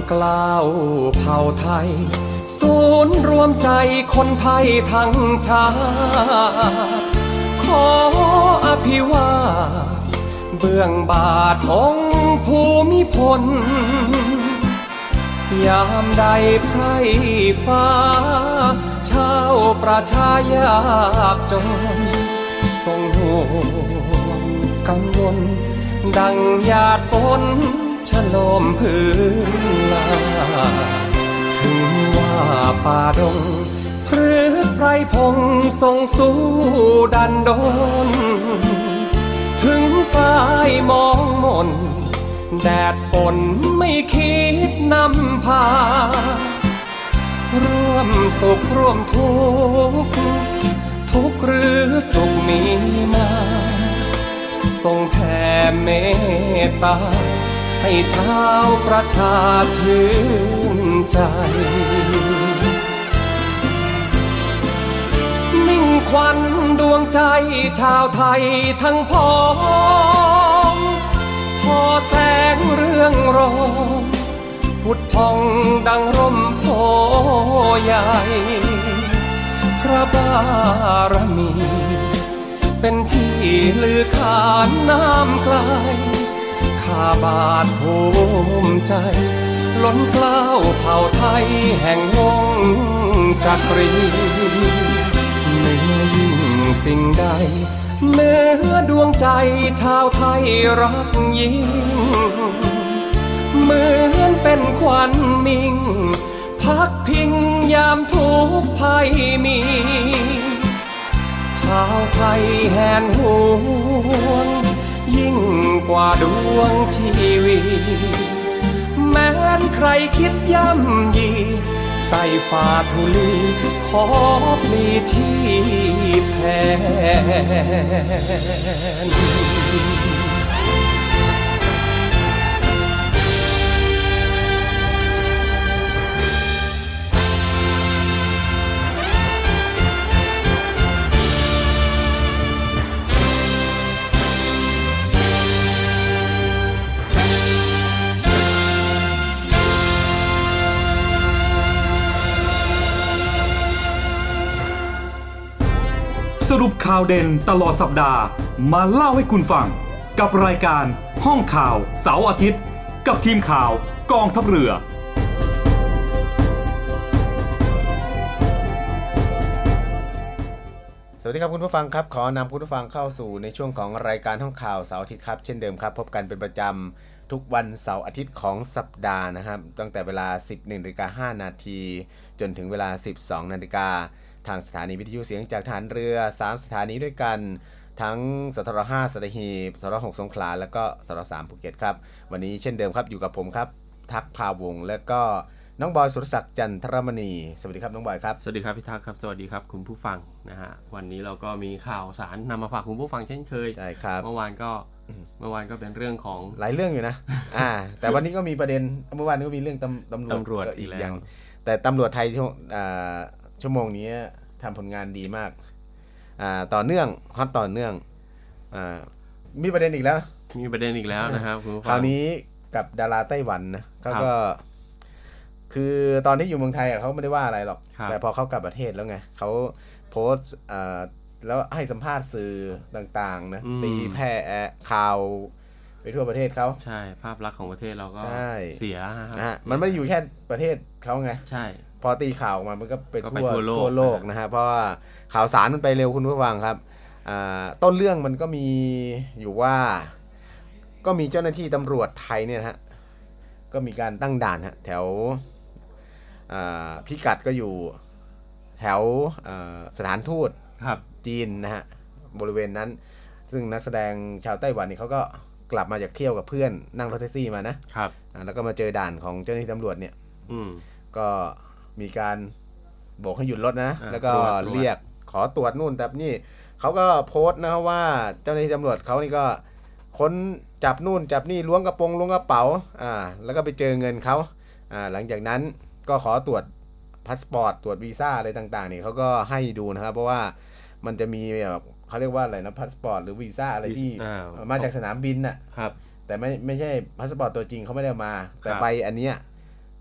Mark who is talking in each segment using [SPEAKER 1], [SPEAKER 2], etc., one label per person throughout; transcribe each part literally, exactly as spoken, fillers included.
[SPEAKER 1] กล้าวเผ่าไทยศูนย์รวมใจคนไทยทั้งชาติขออภิวาทเบื้องบาทของภูมิพลยามใดไพร่ฟ้าชาวประชายากจนทรงห่วงกังวลดังหยาดฝนฉโลมพื้นลาถึงว่าป่าดงพฤกษ์ไพรพงทรงสู้ดันดนถึงกายมองมนแดดฝนไม่คิดนำพาร่วมสุขร่วมทุกข์ทุกข์หรือสุขมีมาทรงแผ่เมตตาให้ชาวประชาชื่นใจมิ่งขวัญดวงใจชาวไทยทั้งพ้องพอแสงเรื่องรองผุดพองดังร่มโพใหญ่พระบารมีเป็นที่ลือขานน้ำไกลข้าบาทภูมิใจล้นเกล้าเผ่าไทยแห่งวงจักรีเหนือยิ่งสิ่งใดเหนือดวงใจชาวไทยรักยิ่งเหมือนเป็นขวัญมิ่งพักพิงยามทุกข์ภัยมีชาวไทยแห่งห่วงยิ่งกว่าดวงชีวิตแม้นใครคิดย่ำยีใต้ฝ่าธุลีขอพลีที่แทน
[SPEAKER 2] สรุปข่าวเด่นตลอดสัปดาห์มาเล่าให้คุณฟังกับรายการห้องข่าวเสาร์อาทิตย์กับทีมข่าวกองทัพเรือ
[SPEAKER 3] สวัสดีครับคุณผู้ฟังครับขอนำคุณผู้ฟังเข้าสู่ในช่วงของรายการห้องข่าวเสาร์อาทิตย์ครับเช่นเดิมครับพบกันเป็นประจำทุกวันเสาร์อาทิตย์ของสัปดาห์นะครับตั้งแต่เวลา สิบเอ็ดนาฬิกาห้านาที จนถึงเวลา สิบสองนาฬิกาทางสถานีวิทยุเสียงจากฐานเรือสามสถานีด้วยกันทั้งสทรห้าสัตหีบสทรหกสงขลาแล้วก็สทรสามภูเก็ตครับวันนี้เช่นเดิมครับอยู่กับผมครับทักษ์ภาวงศ์และก็น้องบอยสุรศักดิ์จันทรมณีสวัสดีครับน้องบอยครับ
[SPEAKER 4] สวัสดีครับพี่ทักษ์ครับสวัสดีครับคุณผู้ฟังนะฮะวันนี้เราก็มีข่าวสารนำมาฝากคุณผู้ฟังเช่นเคย
[SPEAKER 3] ใช่ครับ
[SPEAKER 4] เมื่อวานก็เมื่อวานก็เป็นเรื่องของ
[SPEAKER 3] หลายเรื่องอยู่นะอ่าแต่วันนี้ก็มีประเด็นเมื่อวานก็มีเรื่องตำตำรวจ
[SPEAKER 4] ตำรวจอีกแล้ว
[SPEAKER 3] แต่ตำรวจไทยชั่วโมงนี้ทำผลงานดีมากอ่าต่อเนื่องฮอตต่อเนื่องอ่ามีประเด็นอีกแล้ว
[SPEAKER 4] มีประเด็นอีกแล้วนะครับคุณผู้ฟัง
[SPEAKER 3] คราวนี้กับดาราไต้หวันนะเขาก็คือตอนที่อยู่เมืองไทยอ่ะเขาไม่ได้ว่าอะไรหรอกแต่พอเขากลับประเทศแล้วไงเขาโพสต์อ่าแล้วให้สัมภาษณ์สื่อต่างๆนะตีแผ่ข่าวไปทั่วประเทศเขา
[SPEAKER 4] ใช่ภาพลักษณ์ของประเทศเราก็เสียครับ
[SPEAKER 3] มันไม่ได้อยู่แค่ประเทศเขาไง
[SPEAKER 4] ใช่
[SPEAKER 3] พอตีข่าวออกมามันก็ไปทั่วทั่วโลกนะฮะเพราะว่าข่าวสารมันไปเร็วคุณผู้ฟังครับต้นเรื่องมันก็มีอยู่ว่าก็มีเจ้าหน้าที่ตำรวจไทยเนี่ยฮะก็มีการตั้งด่านฮะแถวพิกัดก็อยู่แถวสถานทูตจีนนะฮะบริเวณนั้นซึ่งนักแสดงชาวไต้หวันนี่เขาก็กลับมาจากเที่ยวกับเพื่อนนั่งรถแท็กซี่มานะครับแล้วก็มาเจอด่านของเจ้าหน้าที่ตำรวจเนี่ยก็มีการโบกให้หยุดรถนะแล้วก็เรียกขอตรวจนู่นแต่นี่เขาก็โพสต์นะครับว่าเจ้าหน้าที่ตำรวจเขานี่ก็ค้นจับนู่นจับนี่ล้วงกระโปรงล้วงกระเป๋าอ่าแล้วก็ไปเจอเงินเขาอ่าหลังจากนั้นก็ขอตรวจพาสปอร์ตตรวจวีซ่าอะไรต่างๆนี่เขาก็ให้ดูนะครับเพราะว่ามันจะมีแบบเขาเรียกว่าอะไรนะพาสปอร์ตหรือวีซ่าอะไรที่มาจากสนามบินน่ะแต่ไม่ไม่ใช่พาสปอร์ตตัวจริงเขาไม่ได้มาแต่ใบอันเนี้ย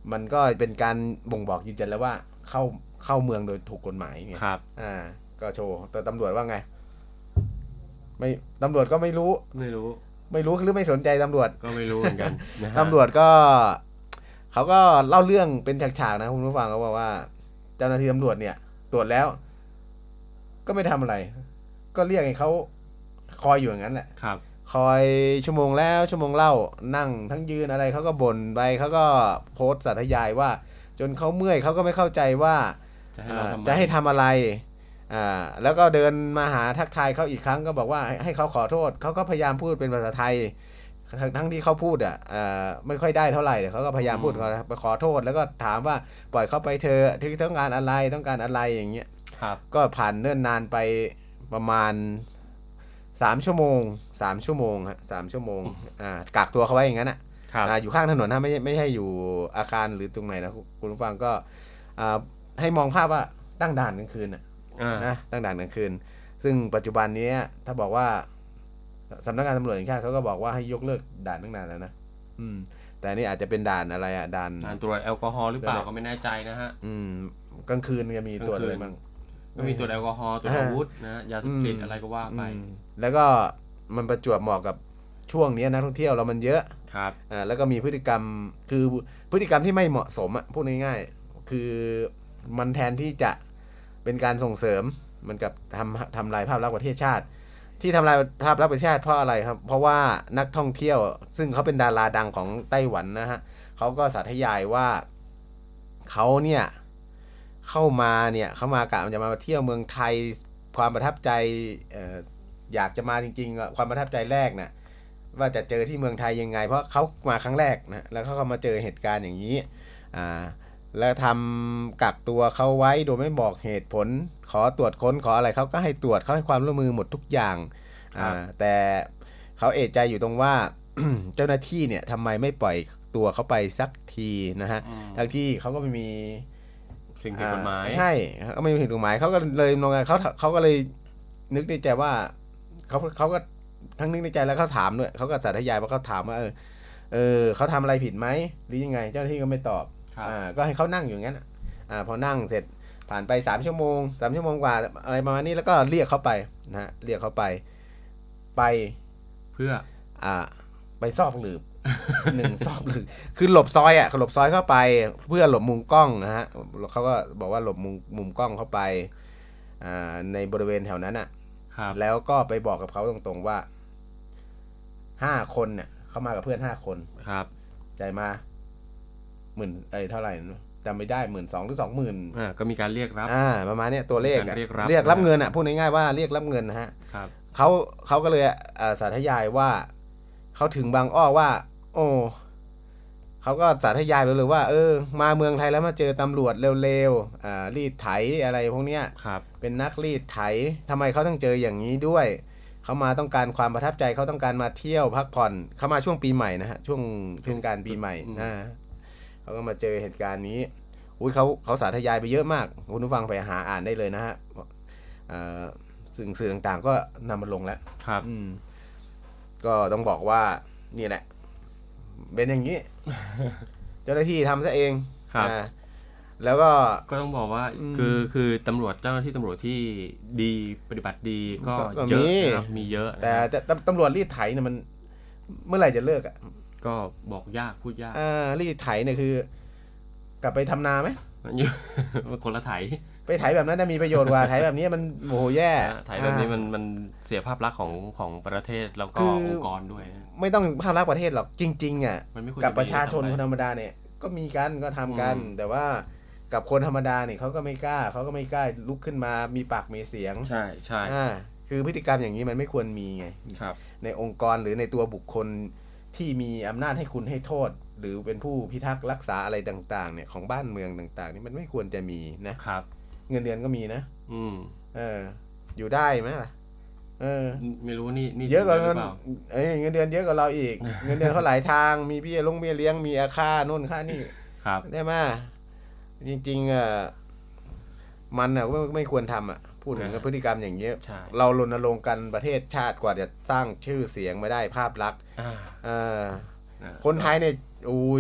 [SPEAKER 3] มันก็เป็นการบ่งบอกยืนยันแล้วว่าเข้าเข้าเมืองโดยถูกกฎหมายไง
[SPEAKER 4] ครับ
[SPEAKER 3] อ่าก็โชว์แต่ตำรวจว่าไงไม่ตำรวจก็ไม่รู้
[SPEAKER 4] ไม่รู้
[SPEAKER 3] ไม่รู้หรือไม่สนใจตำรวจ
[SPEAKER 4] ก็ไม่รู้เหมือนกันนะ
[SPEAKER 3] ตำรวจก็เขาก็เล่าเรื่องเป็นฉากๆนะคุณผู้ฟังเขาบอกว่าเจ้าหน้าที่ตำรวจเนี่ยตรวจแล้วก็ไม่ทำอะไรก็เรียกให้เขาคอยอยู่อย่างนั้นแหละ
[SPEAKER 4] ครับ
[SPEAKER 3] คอยชั่วโมงแล้วชั่วโมงเล่านั่งทั้งยืนอะไรเขาก็บ่นไปเขาก็โพสต์สาธยายว่าจนเขาเมื่อยเขาก็ไม่เข้าใจว่าจะให้ทำอะไรอ่าแล้วก็เดินมาหาทักทายเขาอีกครั้งก็บอกว่าให้เขาขอโทษเขาก็พยายามพูดเป็นภาษาไทยทั้งที่เขาพูดอ่ะไม่ค่อยได้เท่าไหร่แต่เขาก็พยายามพูดไปขอโทษแล้วก็ถามว่าปล่อยเขาไปเธอที่ต้องการอะไรต้องการอะไรอย่างเงี้ยก็ผ่านเนิ่นนานไปประมาณสามชั่วโมงสามชั่วโมงฮะสามชั่วโมงอ่ากักตัวเขาไว้อย่างนั้นอ่ะอ่าอยู่ข้างถนนนะไม่ไม่ใช่อยู่อาคารหรือตรงไหนนะคุณผู้ฟังก็อ่าให้มองภาพว่าตั้งด่านกลางคืนอ่ะนะตั้งด่านกลางคืนซึ่งปัจจุบันนี้ถ้าบอกว่าสำนักงานตำรวจแห่งชาติเขาก็บอกว่าให้ยกเลิกด่านตั้งนานแล้วนะอืมแต่นี่อาจจะเป็นด่านอะไรอ่ะด่าน
[SPEAKER 4] ด่านตรวจแอลกอฮอล์หรือเปล่าก็ไม่แน่ใจนะฮะ
[SPEAKER 3] อืมกลางคืนจะมีตรวจอะไรบ้าง
[SPEAKER 4] ก็มีตรวจแอลกอฮอล์ตรวจอาวุธนะยาเสพติดอะไรก็ว่าไป
[SPEAKER 3] แล้วก็มันประจวบเหมาะกับช่วงนี้นักท่องเที่ยวเรามันเยอะ
[SPEAKER 4] ครับ
[SPEAKER 3] อ่าแล้วก็มีพฤติกรรมคือพฤติกรรมที่ไม่เหมาะสมอ่ะพูดง่ายๆคือมันแทนที่จะเป็นการส่งเสริมมันกับทำทำลายภาพลักษณ์ประเทศชาติที่ทำลายภาพลักษณ์ประเทศชาติเพราะอะไรครับเพราะว่านักท่องเที่ยวซึ่งเขาเป็นดาราดังของไต้หวันนะฮะเขาก็สาธยายว่าเขาเนี่ยเข้ามาเนี่ยเขามากะจะมาเที่ยวเมืองไทยความประทับใจเอ่ออยากจะมาจริงๆความประทับใจแรกนะว่าจะเจอที่เมืองไทยยังไงเพราะเขามาครั้งแรกนะแล้วเขาก็มาเจอเหตุการณ์อย่างนี้อ่าแล้วทำกักตัวเขาไว้โดยไม่บอกเหตุผลขอตรวจค้นขออะไรเขาก็ให้ตรวจเขาให้ความร่วมมือหมดทุกอย่างอ่าแต่เขาเอะใจอยู่ตรงว่า เจ้าหน้าที่เนี่ยทำไมไม่ปล่อยตัวเขาไปสักทีนะฮะทั้งที่เขาก็ไม่มี
[SPEAKER 4] สิ่งผิดกฎหมาย
[SPEAKER 3] ใช่เขาไม่มีผิดกฎหมายเขาก็เลยมองไงเขาเขาก็เลยนึกในใจว่าเขาเขาก็ทั้งนึกในใจแล้วเขาถามด้วยเขาก็สาธยายว่าเขาถามว่าเออเออเขาทำอะไรผิดไหมหรือยังไงเจ้าหน้าที่ก็ไม่ตอบอ่าก็ให้เขานั่งอยู่อย่างนั้นอ่าพอนั่งเสร็จผ่านไปสามชั่วโมงสามชั่วโมงกว่าอะไรประมาณนี้แล้วก็เรียกเขาไปนะฮะเรียกเขาไปไป
[SPEAKER 4] เพื่อ
[SPEAKER 3] อ่าไปซอกหลืบหนึ่งซอกหลืบคือหลบซอยอ่ะหลบซอยเข้าไปเพื่อหลบมุมกล้องนะฮะเขาก็บอกว่าหลบมุมมุมกล้องเข้าไปอ่าในบริเวณแถวนั้นอ่ะแล้วก็ไปบอกกับเขาตรงๆว่าห้าคนเนี่ยเขามากับเพื่อนห้าคน
[SPEAKER 4] ครับ
[SPEAKER 3] จ่ายมาหมื่นไอ้เท่าไหร่จำไม่ได้หมื่นสองหรือสองหมื่น
[SPEAKER 4] อ่าก็มีการเรียกรับ
[SPEAKER 3] อ่าประมาณนี้ตัวเลขเรียกรับเรียกรับเงินอ่ะพูดง่ายๆว่าเรียกรับเงินนะฮะ
[SPEAKER 4] ครับ
[SPEAKER 3] เขาเขาก็เลยอ่าสาธยายว่าเขาถึงบางอ้อว่าโอ้เขาก็สาธยายไปเลยว่าเออมาเมืองไทยแล้วมาเจอตำรวจเร็วๆอ่ารีดไถอะไรพวกเนี้ยเป็นนักรีดไถทำไมเขาต้องเจออย่างนี้ด้วยเขามาต้องการความประทับใจเขาต้องการมาเที่ยวพักผ่อนเขามาช่วงปีใหม่นะฮะช่วงเทศกาลปีใหม่นะเขาก็มาเจอเหตุการณ์นี้อุ้ยเขาเขาสาธยายไปเยอะมากคุณผู้ฟังไปหาอ่านได้เลยนะฮะสื่อสื่อต่างๆก็นำมาลงแล้ว
[SPEAKER 4] ครับ
[SPEAKER 3] ก็ต้องบอกว่านี่แหละเป็นอย่างนี้ เจ้าหน้าที่ทำซะเองแล้วก็
[SPEAKER 4] ก็ต้องบอกว่าคือคือตำรวจเจ้าหน้าที่ตำรวจที่ดีปฏิบัติดีก็เยอะนะมีเยอะ
[SPEAKER 3] แต่ตำรวจรีดไถเนี่ยมันเมื่อไหร่จะเลิกอ่ะ
[SPEAKER 4] ก็บอกยากพูดยาก
[SPEAKER 3] อ่ารีดไถเนี่ยคือกลับไปทำนาไหม
[SPEAKER 4] มันคนละไถ
[SPEAKER 3] ไปไถแบบนั้นจะมีประโยชน์กว่าไถแบบนี้มันโอ้โหแย่
[SPEAKER 4] ไถแบบนี้มันมันเสียภาพลักษณ์ของของประเทศแล้วก็องค์กรด้วย
[SPEAKER 3] ไม่ต้องภาพลักษณ์ประเทศหรอกจริงๆอ่ะกับประชาชนคนธรรมดาเนี่ยก็มีกันก็ทำกันแต่ว่ากับคนธรรมดาเนี่ยเขาก็ไม่กล้าเขาก็ไม่กล้าลุกขึ้นมามีปากมีเสียง
[SPEAKER 4] ใช่ใช่
[SPEAKER 3] คือพฤติกรรมอย่างนี้มันไม่ควรมีไงในองค์กรหรือในตัวบุคคลที่มีอำนาจให้คุณให้โทษหรือเป็นผู้พิทักษ์รักษาอะไรต่างๆเนี่ยของบ้านเมืองต่างๆนี่มันไม่ควรจะมี
[SPEAKER 4] นะครับ
[SPEAKER 3] เงินเดือนก็มีนะ
[SPEAKER 4] อืม
[SPEAKER 3] เอออยู่ได้ไหมล่ะเออ
[SPEAKER 4] ไม่รู้นี่นี่
[SPEAKER 3] เยอะกว่าเงินเอ้ยเงินเดือนเยอะกว่าเราอีก เงินเดือนเขาหลายทางมีเบี้ยลงเบี้ยเลี้ยงมีค่าโน่นค่านี่
[SPEAKER 4] ครับ
[SPEAKER 3] ได้ไหมจริงๆอ่ะมันอ่ะไม่ไม่ควรทำอ่ะพูดถึงพฤติกรรมอย่างเงี้ยเรารณรงค์กันประเทศชาติกว่าจะสร้างชื่อเสียงไม่ได้ภาพลักษณ์คนไทยเนี่ยอุ้ย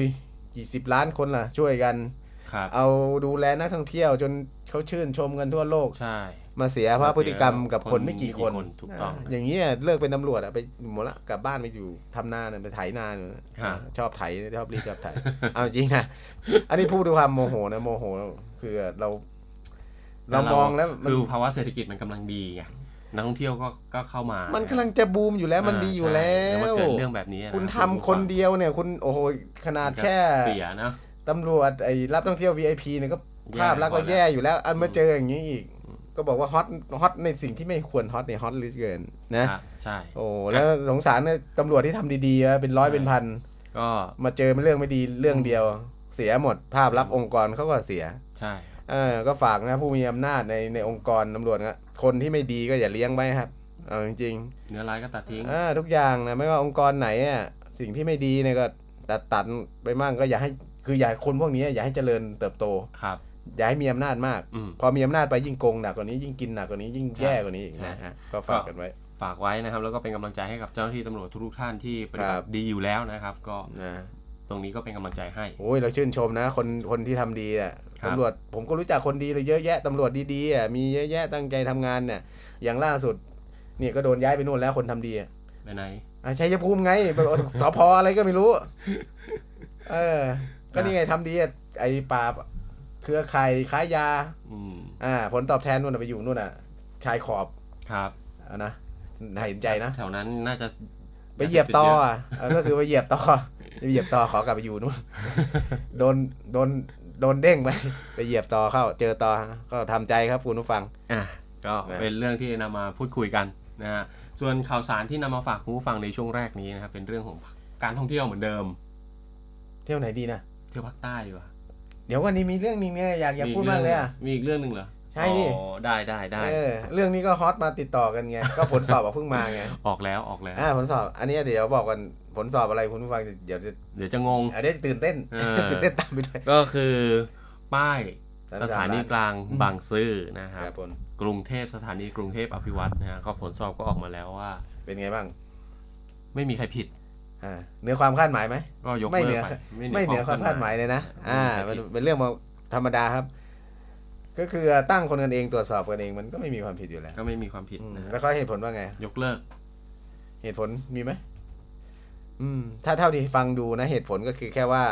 [SPEAKER 3] กี่สิบล้านคนล่ะช่วยกันเอาดูแลนักท่องเที่ยวจนเขาชื่นชมกันทั่วโลก
[SPEAKER 4] ใช่
[SPEAKER 3] มาเสียเพราะพฤติกรรมกับคนไม่กี่คน
[SPEAKER 4] ถูกต้อง
[SPEAKER 3] อย่างเงี้ยเลิกเป็นตำรวจอะไปหมดละกลับบ้านไปอยู่ทำนาไปไถนาชอบไถชอบรีชอบไถเอาจริงนะอันนี้พูดด้วยความโมโหนะโมโหคือเราเรามองแล้ว
[SPEAKER 4] คือภาวะเศรษฐกิจมันกำลังดีไงนักท่องเที่ยวก็ก็เข้ามา
[SPEAKER 3] มันกำลังจะบูมอยู่แล้วมันดีอยู่แล้ว
[SPEAKER 4] มันเกิดเรื่องแบบนี้
[SPEAKER 3] คุณทำคนเดียวเนี่ยคุณโอ้โหขนาดแค่
[SPEAKER 4] เสียนะ
[SPEAKER 3] ตำรวจไอ้รับท่องเที่ยว วี ไอ พี เนี่ยก็ภาพลักษณ์ก็แย่อยู่แล้วอันมาเจออย่างนี้อีกก็บอกว่าฮอตฮอตในสิ่งที่ไม่ควรฮอตเนี่ยฮอตเหลือเกินนะ
[SPEAKER 4] ใช่
[SPEAKER 3] โอ้แล้วสงสารเนี่ยตำรวจที่ทำดีๆเป็นร้อยเป็นพัน
[SPEAKER 4] ก็
[SPEAKER 3] มาเจอเรื่องไม่ดีเรื่องเดียวเสียหมดภาพลักษณ์องค์กรเขาก็เสีย
[SPEAKER 4] ใช่
[SPEAKER 3] เออก็ฝากนะผู้มีอำนาจในในองค์กรตำรวจนะคนที่ไม่ดีก็อย่าเลี้ยงไว้ครับเอาจริง
[SPEAKER 4] ๆเนื้อร้ายก็ตัดทิ้ง
[SPEAKER 3] อ่าทุกอย่างนะไม่ว่าองค์กรไหนอ่ะสิ่งที่ไม่ดีเนี่ยก็ตัดตัดไปมั่งก็อย่าให้คืออย่าคนพวกนี้อย่าให้เจริญเติบโต
[SPEAKER 4] ครับ
[SPEAKER 3] อย่าให้มีอำนาจมากพอมีอำนาจไปยิ่งโกงหนักกว่านี้ยิ่งกินหนักกว่านี้ยิ่งแย่กว่านี้อีกนะฮะก็ฝากกันไว้
[SPEAKER 4] ฝากไว้นะครับแล้วก็เป็นกำลังใจให้กับเจ้าหน้าที่ตำรวจทุกท่านที่ปฏิบัติดีอยู่แล้วนะครับก็ตรงนี้ก็เป็นกำลังใจให้
[SPEAKER 3] โอ้ยเราชื่นชมนะคนคนที่ทำดีอ่ะตำรวจผมก็รู้จักคนดีเลยเยอะแยะตำรวจดีๆอ่ะมีเยอะแยะตั้งใจทำงานเนี่ยอย่างล่าสุดนี่ก็โดนย้ายไปนู่นแล้วคนทำดีอ่ะ
[SPEAKER 4] ไปไหน
[SPEAKER 3] ชัยภูมิไงสพอะไรก็ไม่รู้เออก็นี่ไงทำดีไอ้ปราบเครือข่ายค้ายาอ่าผลตอบแทนนู่นไปอยู่นู่นอ่ะชายขอบ
[SPEAKER 4] ครับ
[SPEAKER 3] อ่ะนะน่าเห็นใจนะ
[SPEAKER 4] แถวนั้นน่าจะ
[SPEAKER 3] ไปเหยียบตออ่ะก็คือไปเหยียบตอไปเหยียบตอขอกลับไปอยู่นู่นโดนโดนโดนเด้งไปไปเหยียบตอเข้าเจอตอก็ทำใจครับคุณผู้ฟัง
[SPEAKER 4] อ่ะก็เป็นเรื่องที่นำมาพูดคุยกันนะฮะส่วนข่าวสารที่นำมาฝากคุณผู้ฟังในช่วงแรกนี้นะครับเป็นเรื่องของการท่องเที่ยวเหมือนเดิม
[SPEAKER 3] เที่ยวไหนดีนะ
[SPEAKER 4] เที่ยวภาคใต้ดีกว่า
[SPEAKER 3] เดี๋ยววันนี้มีเรื่องนึงเนี่ยอยากอยากพูดมากเลยอ่ะ
[SPEAKER 4] มีอีกเรื่องนึงเหรอ
[SPEAKER 3] ใช่ดิ
[SPEAKER 4] อ๋อได้ได้ได้
[SPEAKER 3] เออเรื่องนี้ก็ฮอตมาติดต่อกันไงก็ผลสอบเพิ่งมาไง
[SPEAKER 4] ออกแล้วออกแล้ว
[SPEAKER 3] อ่าผลสอบอันนี้เดี๋ยวบอกกันผลสอบอะไรคุณผู้ฟังเดี๋ยวจะ
[SPEAKER 4] เดี๋ยวจะงง
[SPEAKER 3] อ่ะเดี๋ยวจะตื่นเต้นตื่นเต้นตามไปด้วย
[SPEAKER 4] ก็คือป้ายสถานีกลางบางซื่อนะครับกรุงเทพสถานีกรุงเทพอภิวัตรนะฮะก็ผลสอบก็ออกมาแล้วว่า
[SPEAKER 3] เป็นไงบ้าง
[SPEAKER 4] ไม่มีใครผิด
[SPEAKER 3] อ่าเหนือความคาดหมายไหม
[SPEAKER 4] ก็ยก
[SPEAKER 3] ไม่
[SPEAKER 4] เห
[SPEAKER 3] นือไม่เหนือความคาดหมายเลยนะอ่าเป็นเรื่องธรรมดาครับก็คือตั้งคนกันเองตรวจสอบกันเองมันก็ไม่มีความผิดอยู่แล้ว
[SPEAKER 4] ก็ไม่มีความผิดนะ
[SPEAKER 3] แล้วเขาเหตุผลว่าไง
[SPEAKER 4] ยกเลิก
[SPEAKER 3] เหตุผลมีไหมอืมถ้าเท่าที่ฟังดูนะเหตุผลก็คือแค่ว่า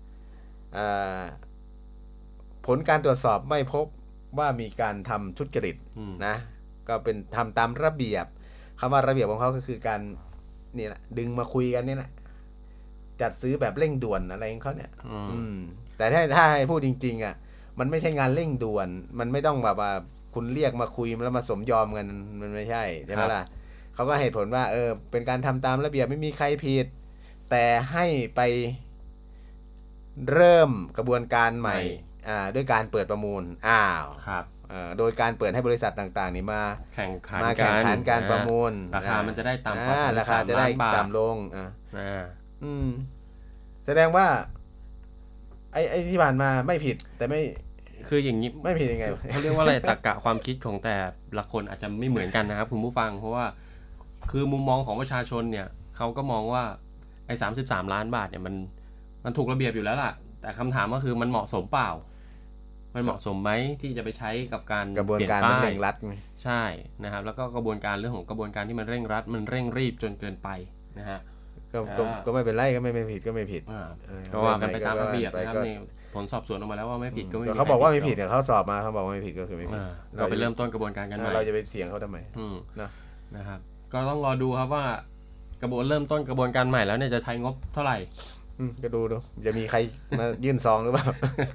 [SPEAKER 3] ผลการตรวจสอบไม่พบว่ามีการทำทุจริตนะก็เป็นทำตามระเบียบคำว่าระเบียบของเขาก็คือการนี่แหละดึงมาคุยกันนี่แหละจัดซื้อแบบเร่งด่วนอะไรของเขาเนี่ยอืมแต่ถ้าถ้าให้พูดจริงๆอ่ะมันไม่ใช่งานเร่งด่วนมันไม่ต้องแบบว่าคุณเรียกมาคุยแล้วมาสมยอมกันมันไม่ใช่ใช่ไหมล่ะเขาก็เหตุผลว่าเออเป็นการทำตามระเบียบไม่มีใครผิดแต่ให้ไปเริ่มกระบวนการใหม่อ่าด้วยการเปิดประมูลอ้าว
[SPEAKER 4] ครับ
[SPEAKER 3] โดยการเปิดให้บริษัทต่างๆนี่มา
[SPEAKER 4] แข่งขัน
[SPEAKER 3] มาแข่งขันการประมูล
[SPEAKER 4] ราคามันจะได้ต่ำกว่า
[SPEAKER 3] ราคาจะได้ต่ำลงอ่าอืมแสดงว่าไอ้ไอ้ที่ผ่านมาไม่ผิดแต่ไม่
[SPEAKER 4] คืออย่างนี้
[SPEAKER 3] ไม่ผิดยังไง
[SPEAKER 4] เขาเรียกว่าอะไรตรรกะความคิดของแต่ละคนอาจจะไม่เหมือนกันนะครับคุณผู้ฟังเพราะว่าคือมุมมองของประชาชนเนี่ยเขาก็มองว่าไอ้สามสิบสามล้านบาทเนี่ยมันมันถูกระเบียบอยู่แล้วล่ะแต่คำถามก็คือมันเหมาะสมเปล่ามันเหมาะสมไหมที่จะไปใช้กับการ
[SPEAKER 3] กระบวนการเร่งรัด
[SPEAKER 4] ใช่นะครับแล้วก็กระบวนการเรื่องของกระบวนการที่มันเร่งรัดมันเร่งรีบจนเกินไปนะฮะ
[SPEAKER 3] ก็ก็ไม่เป็นไรก็ไม่ไม่ผิดก็ไม่ผิด
[SPEAKER 4] ก็ว่ากันไปตามระเบียบนะครับนี่ผลสอบสวนออกมาแล้วว่าไม่ผิดก็ไม่ผิด
[SPEAKER 3] เขาบอกว่าไม่ผิดเนี่ยเขาสอบมาเขาบอกว่าไม่ผิดก็คือไม่ผิด
[SPEAKER 4] เราไปเริ่มต้นกระบวนการกันใหม่
[SPEAKER 3] เราจะไปเสียงเขาทำไม
[SPEAKER 4] นะนะครับก็ต้องรอดูครับว่ากระบวนเริ่มต้นกระบวนการใหม่แล้วเนี่ยจะใช้งบเท่าไหร่
[SPEAKER 3] ก็ดูดูจะมีใครมายื่นซองหรือเปล่า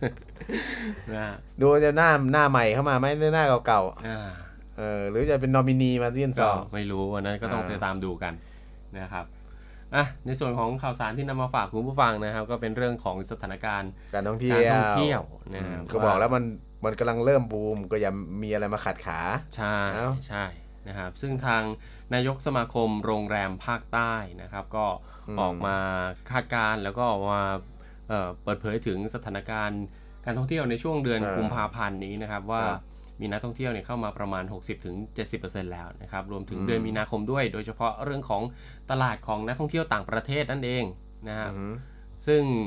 [SPEAKER 3] ดูจะหน้าหน้าใหม่เข้ามาไหมหรือหน้าเก่าๆเออหรือจะเป็นนอมินีมายื่นซอง
[SPEAKER 4] ไม่รู้วันนั้นก็ต้องไปตามดูกันนะครับอ่ะในส่วนของข่าวสารที่นำมาฝากคุณผู้ฟังนะครับก็เป็นเรื่องของสถานการณ์
[SPEAKER 3] การท่องเที่ยว
[SPEAKER 4] นะครับ
[SPEAKER 3] ก็บอกแล้วมันมันกำลังเริ่มบูมก็อย่ามีอะไรมาขัดขา
[SPEAKER 4] ใช่ใช่นะครับซึ่งทางนายกสมาคมโรงแรมภาคใต้นะครับก็ออกมาคาดการณ์แล้วก็ออกมาเอ่อเปิดเผยถึงสถานการณ์การท่องเที่ยวในช่วงเดือนกุมภาพันธ์นี้นะครับว่ามีนักท่องเที่ยวเนี่ยเข้ามาประมาณ หกสิบถึงเจ็ดสิบเปอร์เซ็นต์ แล้วนะครับรวมถึงเดือนมีนาคมด้วยโดยเฉพาะเรื่องของตลาดของนักท่องเที่ยวต่างประเทศนั่นเองนะครับซึ่ง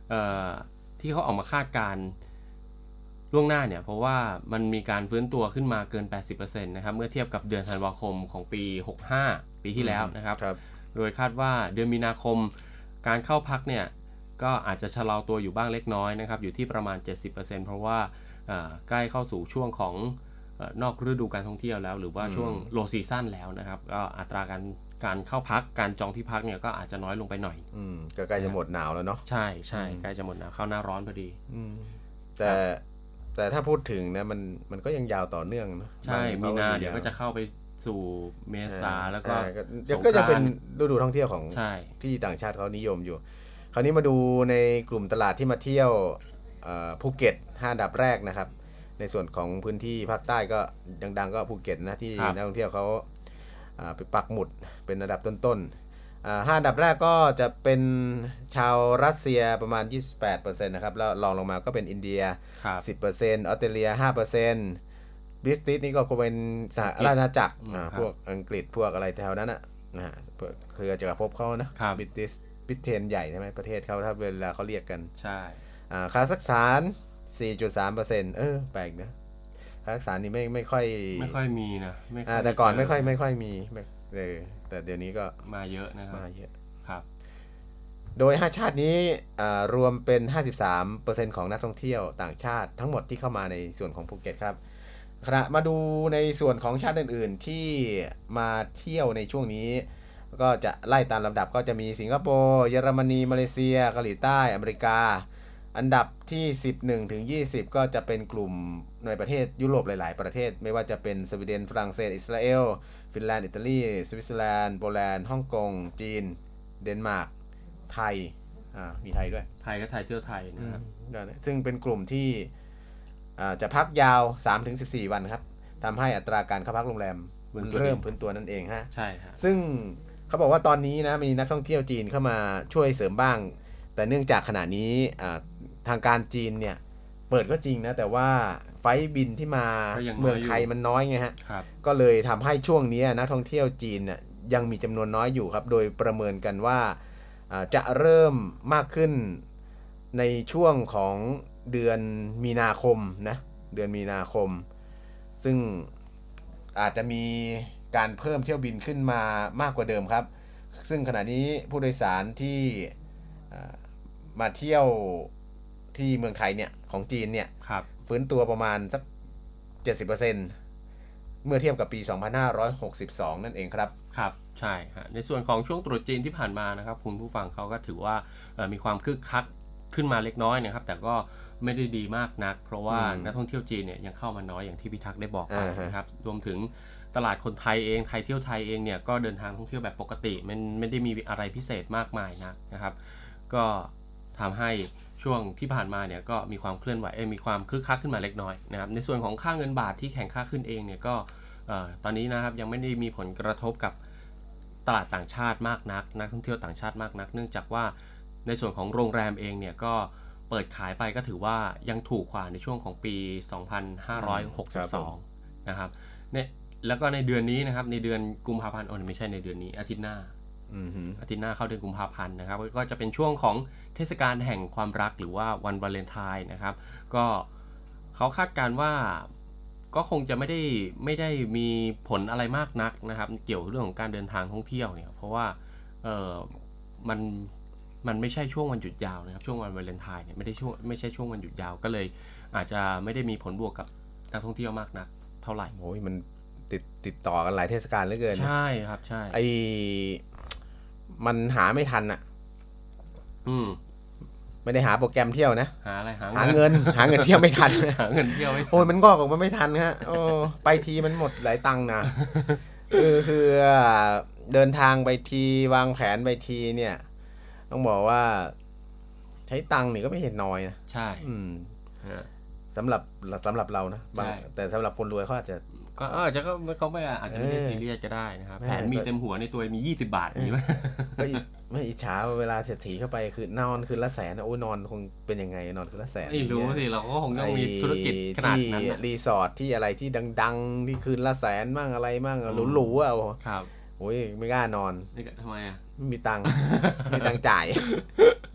[SPEAKER 4] ที่เขาออกมาคาดการณ์ล่วงหน้าเนี่ยเพราะว่ามันมีการฟื้นตัวขึ้นมาเกิน แปดสิบเปอร์เซ็นต์ นะครับเมื่อเทียบกับเดือนธันวาคมของปีหกสิบห้าปีที่แล้วนะครับโดยคาดว่าเดือนมีนาคมการเข้าพักเนี่ยก็อาจจะชะลอตัวอยู่บ้างเล็กน้อยนะครับอยู่ที่ประมาณ เจ็ดสิบเปอร์เซ็นต์ เพราะว่าใกล้เข้าสู่ช่วงของนอกฤดูการท่องเที่ยวแล้วหรือว่าช่วงโลซีซั่นแล้วนะครับก็อัตราการการเข้าพักการจองที่พักเนี่ยก็อาจจะน้อยลงไปหน่อย
[SPEAKER 3] อืมก็ใกล้จะหมดหนาวแล้วเนาะ
[SPEAKER 4] ใช่ใช่ใกล้จะหมดหนาวเข้าหน้าร้อนพอดี
[SPEAKER 3] อืมแต่แต่ถ้าพูดถึงนะมันมันก็ยังยาวต่อเนื่องนะ
[SPEAKER 4] ใช่มีนาเดี๋ยวก็จะเข้าไปสู่เมษาแล้วก็
[SPEAKER 3] ก็จะเป็นฤดูท่องเที่ยวของที่ต่างชาติเขานิยมอยู่คราวนี้มาดูในกลุ่มตลาดที่มาเที่ยวภูเก็ตห้าอันดับแรกนะครับในส่วนของพื้นที่ภาคใต้ก็ดังๆก็ภูเก็ตนะที่นักท่องเที่ยวเขาไปปักหมุดเป็นอันดับต้นๆห้าอันดับแรกก็จะเป็นชาวรัสเซียประมาณ ยี่สิบแปดเปอร์เซ็นต์ นะครับแล้วรองลงมาก็เป็นอินเดีย สิบเปอร์เซ็นต์ ออสเตรเลีย ห้าเปอร์เซ็นต์ บริติชนี่ก็เป็นสหราชอาณาจักรพวกอังกฤษพวกอะไรแถวนั้นนะฮะเครือจักรภพเขานะบริติชบริเตนใหญ่ใช่ไหมประเทศเขาถ้าเวลาเขาเรียกกัน
[SPEAKER 4] ใช่
[SPEAKER 3] คาซัคสถาน สี่จุดสามเปอร์เซ็นต์ เออแปลกนะคาซัคสถานนี่ไม่ไม่ค่อย
[SPEAKER 4] ไม่ค่อยมีนะ
[SPEAKER 3] แต่ก่อนไม่ค่อยไม่ค่อยมีเออแต่เดี๋ยวนี้ก็
[SPEAKER 4] มาเยอะนะครับ
[SPEAKER 3] มาเยอะ
[SPEAKER 4] ครับ
[SPEAKER 3] โดยห้าชาตินี้รวมเป็น ห้าสิบสามเปอร์เซ็นต์ ของนักท่องเที่ยวต่างชาติทั้งหมดที่เข้ามาในส่วนของภูเก็ตครับขณะมาดูในส่วนของชาติอื่นๆที่มาเที่ยวในช่วงนี้ก็จะไล่ตามลำดับก็จะมีสิงคโปร์เยอรมนีมาเลเซียเกาหลีใต้อเมริกาอันดับที่สิบเอ็ดถึงยี่สิบก็จะเป็นกลุ่มในประเทศยุโรปหลายๆประเทศไม่ว่าจะเป็นสวีเดนฝรั่งเศสอิสราเอลฟินแลนด์อิตาลีสวิตเซอร์แลนด์โปแลนด์ฮ่องกงจีนเดนมาร์กไทยอ่ามีไทยด้วย
[SPEAKER 4] ไทยก็ไทยเที่ยวไทยนะครับ
[SPEAKER 3] ซึ่งเป็นกลุ่มที่จะพักยาว สามถึงสิบสี่ วันครับทำให้อัตราการเข้าพักโรงแรมเริ่มฟื้นตัวนั่นเองฮะ
[SPEAKER 4] ใช่ครับ
[SPEAKER 3] ซึ่งเขาบอกว่าตอนนี้นะมีนักท่องเที่ยวจีนเข้ามาช่วยเสริมบ้างแต่เนื่องจากขณะนี้ทางการจีนเนี่ยเปิดก็จริงนะแต่ว่าไฟล์บินที่มาเมืองไทยมันน้อยไงฮะก็เลยทำให้ช่วงนี้นักท่องเที่ยวจีนเนี่ยยังมีจำนวนน้อยอยู่ครับโดยประเมินกันว่าจะเริ่มมากขึ้นในช่วงของเดือนมีนาคมนะเดือนมีนาคมซึ่งอาจจะมีการเพิ่มเที่ยวบินขึ้นมามากกว่าเดิมครับซึ่งขณะนี้ผู้โดยสารที่มาเที่ยวที่เมืองไทยเนี่ยของจีนเนี่ยฟื้นตัวประมาณสัก เจ็ดสิบเปอร์เซ็นต์ เมื่อเทียบกับปี สองพันห้าร้อยหกสิบสอง นั่นเองครับ
[SPEAKER 4] ครับใช่ฮะในส่วนของช่วงตรุษจีนที่ผ่านมานะครับคุณผู้ฟังเขาก็ถือว่ามีความคึกคักขึ้นมาเล็กน้อยนะครับแต่ก็ไม่ได้ดีมากนักเพราะว่านักท่องเที่ยวจีนเนี่ยยังเข้ามาน้อยอย่างที่พี่ทักษ์ได้บอกไปนะครับรวมถึงตลาดคนไทยเองไทยเที่ยวไทยเองเนี่ยก็เดินทางท่องเที่ยวแบบปกติมันไม่ได้มีอะไรพิเศษมากมายนักนะครับก็ทำให้ช่วงที่ผ่านมาเนี่ยก็มีความเคลื่อนไหวมีความคึกคักขึ้นมาเล็กน้อยนะครับในส่วนของค่าเงินบาทที่แข็งค่าขึ้นเองเนี่ยก็ตอนนี้นะครับยังไม่ได้มีผลกระทบกับตลาดต่างชาติมากนักนักท่องเที่ยวต่างชาติมากนักเนื่องจากว่าในส่วนของโรงแรมเองเนี่ยก็เปิดขายไปก็ถือว่ายังถูกกว่าในช่วงของปีสองพันห้าร้อยหกสิบสองนะครับเนี่ยแล้วก็ในเดือนนี้นะครับในเดือนกุมภาพันธ์โอ้ไม่ใช่ในเดือนนี้อาทิตย์หน้าอาทิตย์หน้าเข้าเดือนกุมภาพันธ์นะครับก็จะเป็นช่วงของเทศกาลแห่งความรักหรือว่าวันวาเลนไทน์นะครับก็เขาคาดการณ์ว่าก็คงจะไม่ได้ไม่ได้มีผลอะไรมากนักนะครับเกี่ยวกับเรื่องของการเดินทางท่องเที่ยวเนี่ยเพราะว่าเออมันมันไม่ใช่ช่วงวันหยุดยาวนะครับช่วงวันวาเลนไทน์เนี่ยไม่ได้ช่วงไม่ใช่ช่วงวันหยุดยาวก็เลยอาจจะไม่ได้มีผลบวกกับนักท่องเที่ยวมากนักเท่าไหร่
[SPEAKER 3] โอ้ยมันติดติดต่อกันหลายเทศกาลเหลือเกิน
[SPEAKER 4] ใช่ครับใช่
[SPEAKER 3] ไอมันหาไม่ทันอ่ะ
[SPEAKER 4] อืม
[SPEAKER 3] ไม่ได้หาโปรแกรมเที่ยวนะ
[SPEAKER 4] หาอะไรหา
[SPEAKER 3] หาเงินหาเงินเที่ยวไม่ทัน
[SPEAKER 4] หาเงินเที่ยวไม่ทัน
[SPEAKER 3] โอ้ยมันก็ออกมาไม่ทันฮะโอ้ไปทีมันหมดหลายตังค์นะคือคือเดินทางไปทีวางแผนไปทีเนี่ยต้องบอกว่าใช้ตังค์นี่ก็ไม่เห็นน้อยนะ
[SPEAKER 4] ใช่
[SPEAKER 3] อืมสำหรับสำหรับเรานะแต่สำหรับคนรวยเขาอาจจะ
[SPEAKER 4] ก็อาจจะก็เขาไม่อาจจะไม่ได้ซีเรียสก็ได้นะครับแผนมีเต็มหัวในตัวมียี่สิบบาทมีไหม
[SPEAKER 3] ก็ไม่อิจฉาเวลาเศรษฐีเข้าไปคือนอนคืนละแสนโอ้ยนอนคงเป็นยังไงนอนคืนละแสน
[SPEAKER 4] ไม่รู้สิเราก็คงต้องมีธุรกิจขนาดนั้น
[SPEAKER 3] รีสอร์ทที่อะไรที่ดังๆที่คืนละแสนมั่งอะไรมั่งหรูๆอ่ะโอ้ยไม่กล้านอน
[SPEAKER 4] ทำไมอ่ะ
[SPEAKER 3] ไม่มีตังค์ไม่มีตังค์จ่าย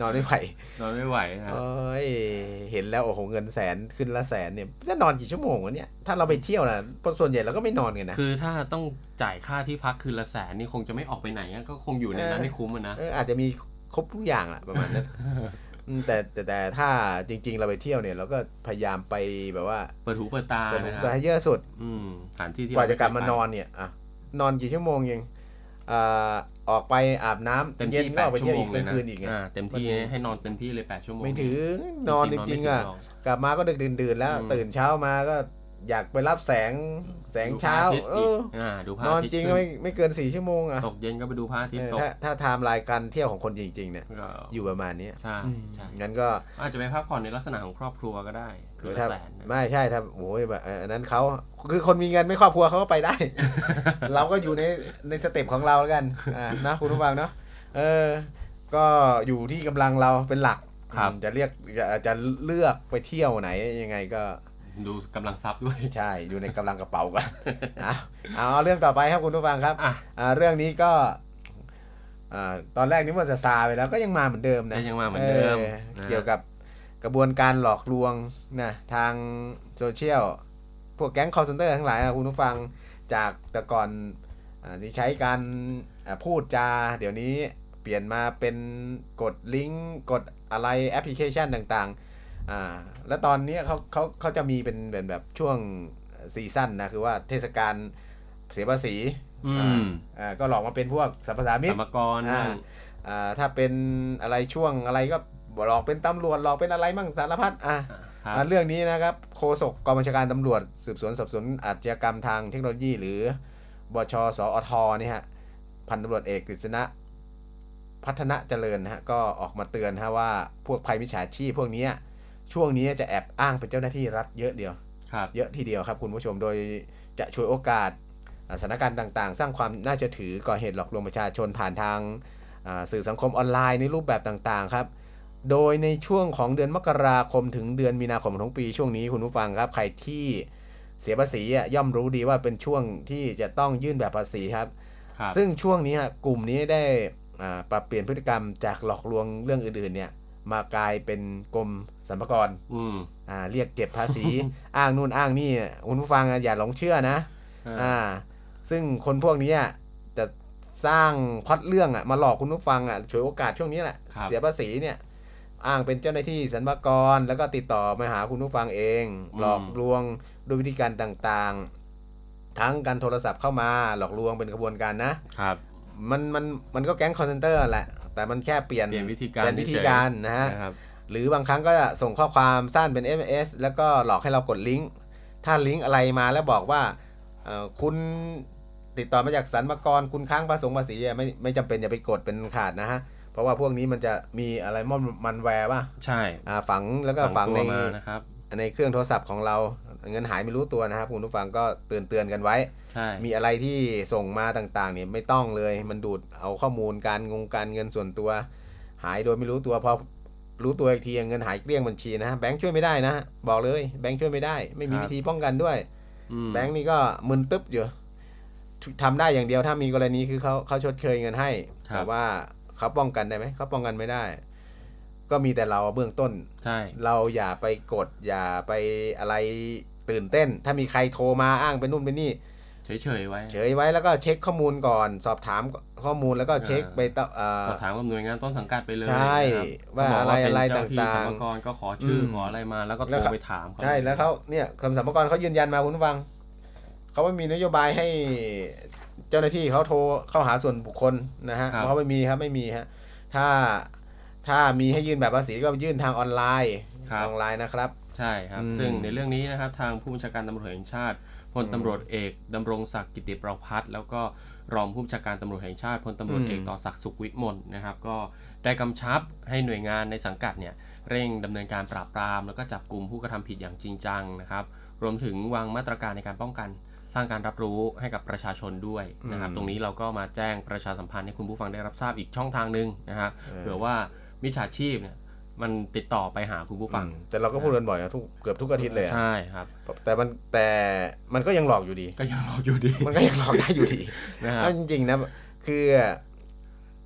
[SPEAKER 3] นอนไม่ไหวน
[SPEAKER 4] อนไม่ไหวนะ
[SPEAKER 3] โอ้ยเห็นแล้วโอ้โหเงินแสนขึ้นละแสนเนี่ยจะนอนกี่ชั่วโมงวะเนี่ยถ้าเราไปเที่ยวนะส่วนใหญ่เราก็ไม่นอนกันนะ
[SPEAKER 4] คือถ้าต้องจ่ายค่าที่พักคืนละแสนนี่คงจะไม่ออกไปไหนก็คงอยู่ในนั้นให้คุ้มนะ
[SPEAKER 3] อาจจะมีครบทุกอย่างแหละประมาณนั้นแต่แต่แต่ถ้าจริงๆเราไปเที่ยวเนี่ยเราก็พยายามไปแบบว่า
[SPEAKER 4] เปิดหูเปิดตา
[SPEAKER 3] เปิดหูเปิดตาให้เยอะสุด
[SPEAKER 4] สถานที่ที่
[SPEAKER 3] กว่าจะกลับมานอนเนี่ยอ่ะนอนกี่ชั่วโมงยังออกไปอาบน้ำเย็นก็ไปเที่ยวอีกกลางคืนอีกไง
[SPEAKER 4] เต็มที่ให้นอนเต็มที่เลยแปดชั่วโมง
[SPEAKER 3] ไม่ถึงนอนจริงๆอ่ะกลับมาก็ดึกดื่นๆแล้วตื่นเช้ามาก็อยากไปรับแสงแสงเช้าเออนอนจริงไม่ไม่เกินสี่ชั่วโมงอ่ะ
[SPEAKER 4] ตกเย็นก็ไปดูพระอาทิตย์ตก
[SPEAKER 3] ถ้าถ้าไทม์ไลน์การเที่ยวของคนจริงๆเนี่ยอยู่ประมาณนี้
[SPEAKER 4] ใช่ใช่
[SPEAKER 3] งั้นก็
[SPEAKER 4] อาจจะไปพักผ่อนในลักษณะของครอบครัวก็ได้คือแสน
[SPEAKER 3] ไม่ใช่ถ้าโอ้ยแบบอันนั้นเขาคือคนมีเงินไม่ครอบครัวเขาก็ไปได้ เราก็อยู่ในในสเต็ปของเราแล้วกันอ่านะคุณผู้ฟังเนาะเออก็อยู่ที่กำลังเราเป็นหลักจะเรียกจะจะเลือกไปเที่ยวไหนยังไงก็
[SPEAKER 4] ดูกำลังทรัพย์ด้วย
[SPEAKER 3] ใช่อยู่ในกำลังกระเป๋ากันเอาเอาเรื่องต่อไปครับคุณผู้ฟังครับอ่าเรื่องนี้ก็อ่าตอนแรกนี้มันจะซาไปแล้วก็ยังมาเหมือนเดิมนะ
[SPEAKER 4] ยังมาเหมือนเดิม
[SPEAKER 3] เกี่ยวกับกระบวนการหลอกลวงนะทางโซเชียลพวกแก๊ง call center ทั้งหลายนะคุณผู้ฟังจากแต่ก่อนที่ใช้การพูดจาเดี๋ยวนี้เปลี่ยนมาเป็นกดลิงก์กดอะไรแอปพลิเคชันต่างๆอ่าแล้วตอนนี้เขาเขาเขาจะมีเป็นแบบแบบช่วงซีซั่นนะคือว่าเทศกาลเสียภาษีอ่าก็หลอกมาเป็นพวกสรรพสามิต
[SPEAKER 4] สรรพากร
[SPEAKER 3] อ่าอ่าถ้าเป็นอะไรช่วงอะไรก็หลอกเป็นตำรวจหลอกเป็นอะไรมั่งสารพัดอ่ะเรื่องนี้นะครับโฆษกกองบัญชาการตำรวจสืบสวนสอบสวนอาชญากรรมทางเทคโนโลยีหรือบชสอทนี่ฮะพันตำรวจเอกกฤษณะพัฒนาเจริญนะฮะก็ออกมาเตือนฮะว่าพวกภัยมิจฉาชีพพวกนี้ช่วงนี้จะแอบอ้างเป็นเจ้าหน้าที่รัฐเยอะเดียวเยอะทีเดียวครับคุณผู้ชมโดยจะช่วยโอกาสสถานการณ์ต่างๆสร้างความน่าเชื่อถือก่อเหตุหลอกลวงประชาชนผ่านทางสื่อสังคมออนไลน์ในรูปแบบต่างๆครับโดยในช่วงของเดือนมกราคมถึงเดือนมีนาคมของปีช่วงนี้คุณผู้ฟังครับใครที่เสียภาษีย่อมรู้ดีว่าเป็นช่วงที่จะต้องยื่นแบบภาษีครับซึ่งช่วงนี้กลุ่มนี้ได้ปรับเปลี่ยนพฤติกรรมจากหลอกลวงเรื่องอื่นๆเนี่ยมากลายเป็นกรมสรรพากรอ่าเรียกเก็บภาษี อ้างนู่นอ้างนี่คุณผู้ฟังอย่าหลงเชื่อนะอ่าซึ่งคนพวกนี้จะสร้างพล็อตเรื่องอ่ะมาหลอกคุณผู้ฟังอ่ะฉวยโอกาสช่วงนี้แหละเสียภาษีเนี่ยอ้างเป็นเจ้าหน้าที่สรรพากรแล้วก็ติดต่อมาหาคุณผู้ฟังเองหลอกลวงด้วยวิธีการต่างๆทั้งการโทรศัพท์เข้ามาหลอกลวงเป็นกระบวนการนะครับมันมันมันก็แก๊ง call center แหละแต่มันแค่เปลี่ยน
[SPEAKER 4] เปลี่ยนวิธีการ
[SPEAKER 3] เปลี่ยนวิธีการนะฮะหรือบางครั้งก็จะส่งข้อความสั้นเป็น เอส เอ็ม เอส แล้วก็หลอกให้เรากดลิงก์ถ้าลิงก์อะไรมาแล้วบอกว่าเอ่อคุณติดต่อมาจากสรรพากรคุณค้างภาษีภาษีไม่ไม่จำเป็นอย่าไปกดเป็นขาดนะฮะเพราะว่าพวกนี้มันจะมีอะไรม่อนมันแวร์ป่ะ
[SPEAKER 4] ใช่
[SPEAKER 3] อ่าฝังแล้วก็ฝังในนะครับในเครื่องโทรศัพท์ของเราเงินหายไม่รู้ตัวนะครับคุณผู้ฟังก็เตือนเตือนกันไว้มีอะไรที่ส่งมาต่างๆเนี่ยไม่ต้องเลยมันดูดเอาข้อมูลการงงการเงินส่วนตัวหายโดยไม่รู้ตัวพอรู้ตัวอีกทีเงินหายเกลี้ยงบัญชีนะแบงค์ช่วยไม่ได้นะบอกเลยแบงค์ช่วยไม่ได้ไม่มีวิธีป้องกันด้วยแบงค์นี่ก็มึนตึ๊บอยู่ทำได้อย่างเดียวถ้ามีกรณีคือเขาเขาชดเชยเงินให้แต่ว่าเขาป้องกันได้ไหมเขาป้องกันไม่ได้ก็มีแต่เราเบื้องต้นเราอย่าไปกดอย่าไปอะไรตื่นเต้นถ้ามีใครโทรมาอ้างเป็นนู่นเป็นนี่
[SPEAKER 4] เฉยๆไว้
[SPEAKER 3] เฉยไว้แล้วก็เช็คข้อมูลก่อนสอบถามข้อมูลแล้วก็เช็คไปต่อ
[SPEAKER 4] สอบถามกับหน่วยงานต้นสังกัดไปเลย
[SPEAKER 3] ใช่ว่าอะไรอะไรต่างๆสรร
[SPEAKER 4] พากรก็ขอชื่อขออะไรมาแล้วก็โทรไปถาม
[SPEAKER 3] ใช่แล้วเขาเนี่ยคำสรรพากรเขายืนยันมาคุณผู้ฟังเขาไม่มีนโยบายให้เจ้าหน้าที่เขาโทรเข้าหาส่วนบุคคลนะฮะเพราะไม่มีครับไม่มีฮะถ้าถ้ามีให้ยื่นแบบภาษีก็ยื่นทางออนไลน์ออนไลน์นะครับ
[SPEAKER 4] ใช่ครับซึ่งในเรื่องนี้นะครับทางผู้บัญชาการตำรวจแห่งชาติพลตำรวจเอกดำรงศักดิ์กิติประภัสแล้วก็รองผู้บัญชาการตำรวจแห่งชาติพลตำรวจเอกต่อศักดิ์สุขวิมลนะครับก็ได้กำชับให้หน่วยงานในสังกัดเนี่ยเร่งดำเนินการปราบปรามแล้วก็จับกลุ่มผู้กระทำผิดอย่างจริงจังนะครับรวมถึงวางมาตรการในการป้องกันสร้างการรับรู้ให้กับประชาชนด้วยนะครับตรงนี้เราก็มาแจ้งประชาสัมพันธ์ให้คุณผู้ฟังได้รับทราบอีกช่องทางนึงนะฮะเผื่อว่ามิจฉาชีพเนี่ยมันติดต่อไปหาคุณผู้ฟัง
[SPEAKER 3] แต่เราก็พูดกันบ่อยนะทุกเกือบทุกอาทิตย์เลย
[SPEAKER 4] ใช่ครับ
[SPEAKER 3] แต่มันแต่มันก็ยังหลอกอยู่ดี
[SPEAKER 4] ก็ยังหลอกอยู่ดี
[SPEAKER 3] มันก็ยังหลอกได้อยู่ดีนะครับจริงๆนะคือ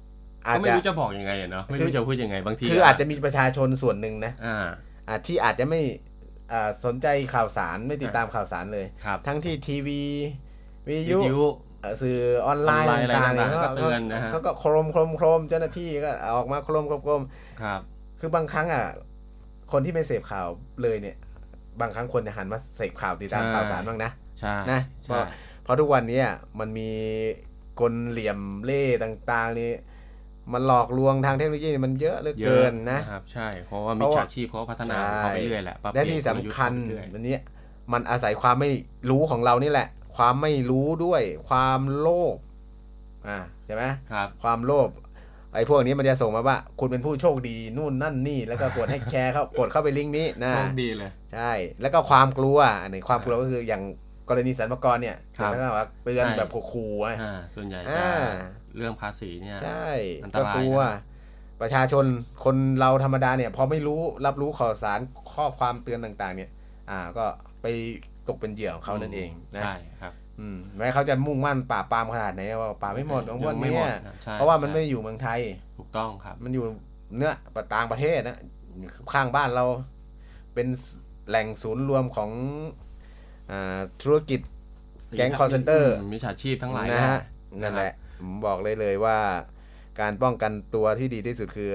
[SPEAKER 4] ก็ไม่รู้จะบอกยังไงเนาะไม่รู้จะพูดยังไงบางที
[SPEAKER 3] คืออาจจะมีประชาชนส่วนหนึ่งนะ
[SPEAKER 4] อ่
[SPEAKER 3] าที่อาจจะไม่สนใจข่าวสารไม่ติดตามข่าวสารเลยทั้งที่ทีวีวิทยุสื่อออนไลน์ต่างๆก็เตือนนะฮะเขาก็โครมโครมโครมเจ้าหน้าที่ก็ออกมาโครมโครม
[SPEAKER 4] ครับ
[SPEAKER 3] คือบางครั้งอ่ะคนที่ไม่เสพข่าวเลยเนี่ยบางครั้งควรจะหันมาเสพข่าวติดตามข่าวสารบ้างนะนะเพราะเพราะทุกวันนี้มันมีกลเหลี่ยมเล่ต่างๆนี่มันหลอกลวงทางเทคโนโลยีมันเยอะเหลือเกินนะครับ
[SPEAKER 4] ใช่เพราะว่ามิจฉาชีพเขาพัฒนาเข้าไปเรื่อยแหละ
[SPEAKER 3] และที่สำคัญวันนี้มันอาศัยความไม่รู้ของเรานี่แหละความไม่รู้ด้วยความโลภอ่าใช่ไหม
[SPEAKER 4] ครับ
[SPEAKER 3] ความโลภไอ้พวกนี้มันจะส่งมาว่าคุณเป็นผู้โชคดีนู่นนั่นนี่แล้วก็กดให้แชร์เข้ากดเข้าไปลิงก์นี้นะ
[SPEAKER 4] โชคดีเลย
[SPEAKER 3] ใช่แล้วก็ความกลัวอันนี้ความกลัวก็คืออย่างกรณีสรรพากรเนี่ยจะไม่ว่าเตือนแบบขู่ๆ
[SPEAKER 4] อ่าส่วนใหญ่เรื่องภาษีเนี่ย
[SPEAKER 3] ใช่ก็กลัวประชาชนคนเราธรรมดาเนี่ยพอไม่รู้รับรู้ข่าวสารข้อความเตือนต่างๆเนี่ยอ่าก็ไปตกเป็นเหยื่อของเขานั่นเองนะ
[SPEAKER 4] ใช่ครับ
[SPEAKER 3] อืมแม้เขาจะมุ่งมั่นปราบปรามขนาดไหนว่าปราบไม่หมดของพวกนี้เพราะว่ามันไม่อยู่เมืองไทย
[SPEAKER 4] ถูกต้องครับ
[SPEAKER 3] มันอยู่เนื้อต่างประเทศนะข้างบ้านเราเป็นแหล่งศูนย์รวมของอ่าธุรกิจแก๊งคอลเซ็นเตอร์
[SPEAKER 4] มิจฉาชีพทั้งหลาย
[SPEAKER 3] นะฮะนั่นแหละผมบอกเลยเลยว่าการป้องกันตัวที่ดีที่สุดคือ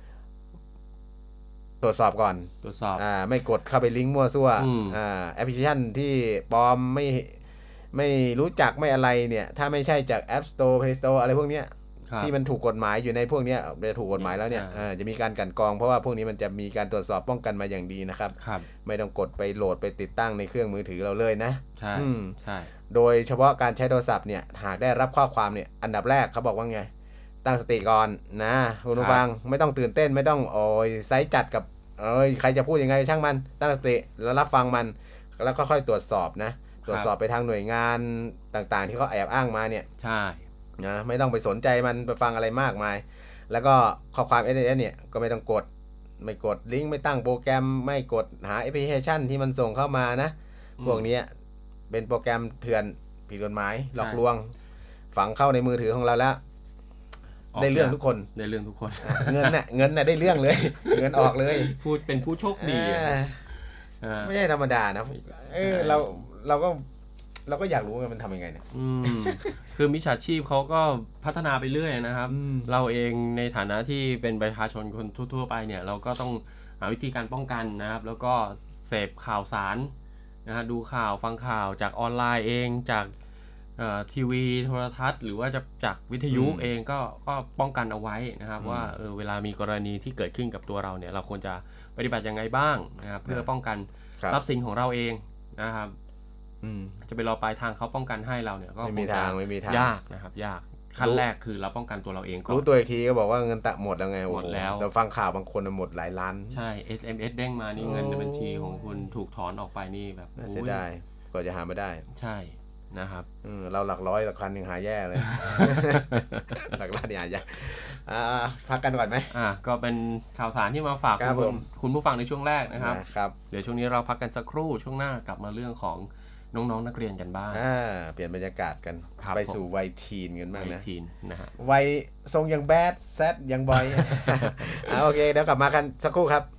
[SPEAKER 3] ตรวจสอบก่อน
[SPEAKER 4] ตรวจสอบ
[SPEAKER 3] อ่าไม่กดเข้าไปลิงก์มั่วซั่วอ่าแอปพลิเคชันที่ปลอมไม่ไม่รู้จักไม่อะไรเนี่ยถ้าไม่ใช่จาก App Store Play Store อะไรพวกเนี้ยที่มันถูกกฎหมายอยู่ในพวกเนี้ยจะถูกกฎหมายแล้วเนี่ยจะมีการกลั่นกรองเพราะว่าพวกนี้มันจะมีการตรวจสอบป้องกันมาอย่างดีนะครับไม่ต้องกดไปโหลดไปติดตั้งในเครื่องมือถือเราเลยนะ
[SPEAKER 4] ใช่ใช่
[SPEAKER 3] โดยเฉพาะการใช้โทรศัพท์เนี่ยหากได้รับข้อความเนี่ยอันดับแรกเขาบอกว่าไงตั้งสติก่อนนะคุณผู้ฟังไม่ต้องตื่นเต้นไม่ต้องโอ้ยไซส์จัดกับเอ้ยใครจะพูดยังไงช่างมันตั้งสติแล้วรับฟังมันแล้วก็ค่อยตรวจสอบนะตรวจสอบไปทางหน่วยงานต่างๆที่เขาแอบอ้างมาเนี่ย
[SPEAKER 4] ใช่
[SPEAKER 3] นะไม่ต้องไปสนใจมันไปฟังอะไรมากมายแล้วก็ข้อความ เอส เอ็ม เอส เนี่ยก็ไม่ต้องกดไม่กดลิงก์ไม่ตั้งโปรแกรมไม่กดหาแอปพลิเคชันที่มันส่งเข้ามานะพวกนี้เป็นโปรแกรมเถื่อนผิดกฎหมายหลอกลวงฝังเข้าในมือถือของเราแล้วได้เรื่องทุกคน
[SPEAKER 4] ได้เรื่องทุกคน
[SPEAKER 3] เงินน่ะเงินน่ะได้เรื่องเลยเงินออกเลย
[SPEAKER 4] พูดเป็นผู้โชคดี
[SPEAKER 3] ไม่ใช่ธรรมดานะเออเราเราก็เราก็อยากรู้ว่ามันทำยังไงเนี่ย
[SPEAKER 4] คือมิจฉาชีพเขาก็พัฒนาไปเรื่อยนะครับเราเองในฐานะที่เป็นประชาชนคนทั่วๆไปเนี่ยเราก็ต้องหาวิธีการป้องกันนะครับแล้วก็เสพข่าวสารนะฮะดูข่าวฟังข่าวจากออนไลน์เองจากทีวีโทรทัศน์หรือว่าจะจากวิทยุเองก็ก็ป้องกันเอาไว้นะครับว่าเออเวลามีกรณีที่เกิดขึ้นกับตัวเราเนี่ยเราควรจะปฏิบัติยังไงบ้างนะครับเพื่อป้องกันทรัพย์สินของเราเองนะครับจะไปรอปลายทางเขาป้องกันให้เราเนี่ยก็
[SPEAKER 3] ไม่มีทางไม่มีทาง
[SPEAKER 4] ยากนะครับยากขั้นแรกคือเราป้องกันตัวเราเองก่อน
[SPEAKER 3] รู้ตัวอีกทีก็บอกว่าเงินตะหมดแล้วไง
[SPEAKER 4] หมดแล้ว
[SPEAKER 3] แต่ฟังข่าวบางคนหมดหลายล้าน
[SPEAKER 4] ใช่ เอส เอ็ม เอส เด้งมานี่เงินในบัญชีของคุณถูกถอนออกไปนี่แบบ
[SPEAKER 3] เสียดายกว่าจะหาไม่ได้
[SPEAKER 4] ใช่นะครับ
[SPEAKER 3] เราหลักร้อยหลักพันยังหาแย่เลยหลักล้านนี่หายากพักกันก่อนไหม
[SPEAKER 4] อ่าก็เป็นข่าวสารที่มาฝากคุณคุณผู้ฟังในช่วงแรกนะครับเดี๋ยวช่วงนี้เราพักกันสักครู่ช่วงหน้ากลับมาเรื่องของน้องๆนักเรียนกันบ้าง
[SPEAKER 3] อ่าเปลี่ยนบรรยากาศกันไปสู่วัยทีนกันบ้างนะ
[SPEAKER 4] ทีนนะฮะ
[SPEAKER 3] วัยทรงยังแบดแซดยังบอยอ่าโอเคเดี๋ยวกลับมากันสักครู่ครับ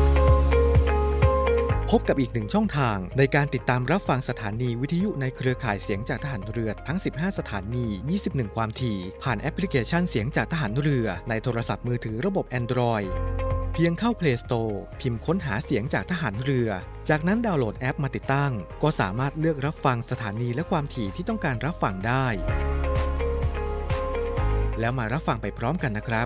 [SPEAKER 5] พบกับอีกหนึ่งช่องทางในการติดตามรับฟังสถานีวิทยุในเครือข่ายเสียงจากทหารเรือทั้งสิบห้าสถานียี่สิบเอ็ดความถี่ผ่านแอปพลิเคชันเสียงจากทหารเรือในโทรศัพท์มือถือระบบ Android เพียงเข้า Play Store พิมพ์ค้นหาเสียงจากทหารเรือจากนั้นดาวน์โหลดแอปมาติดตั้งก็สามารถเลือกรับฟังสถานีและความถี่ที่ต้องการรับฟังได้แล้วมารับฟังไปพร้อมกันนะครับ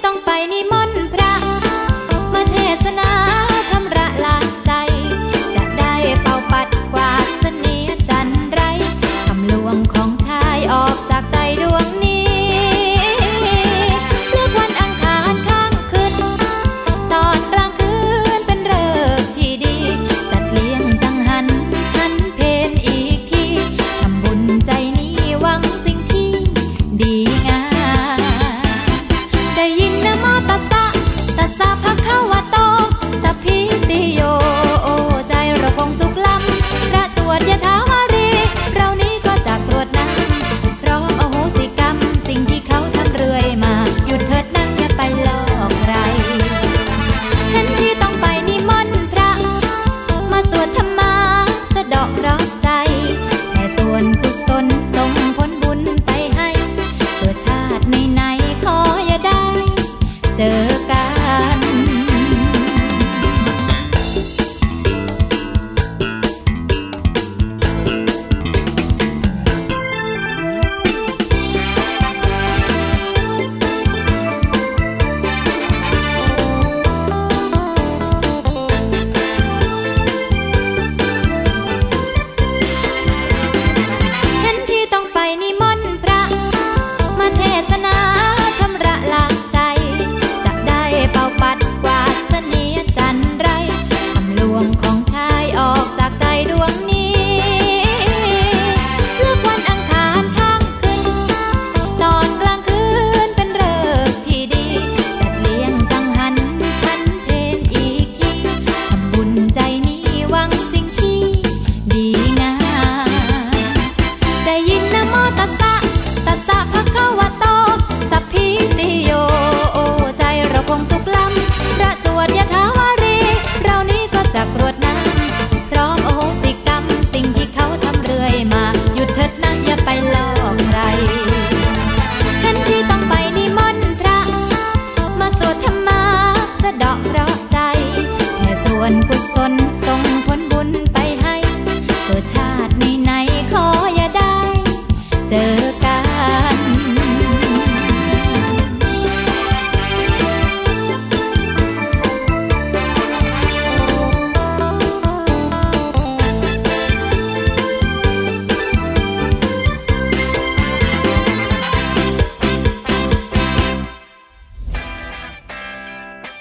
[SPEAKER 6] จะ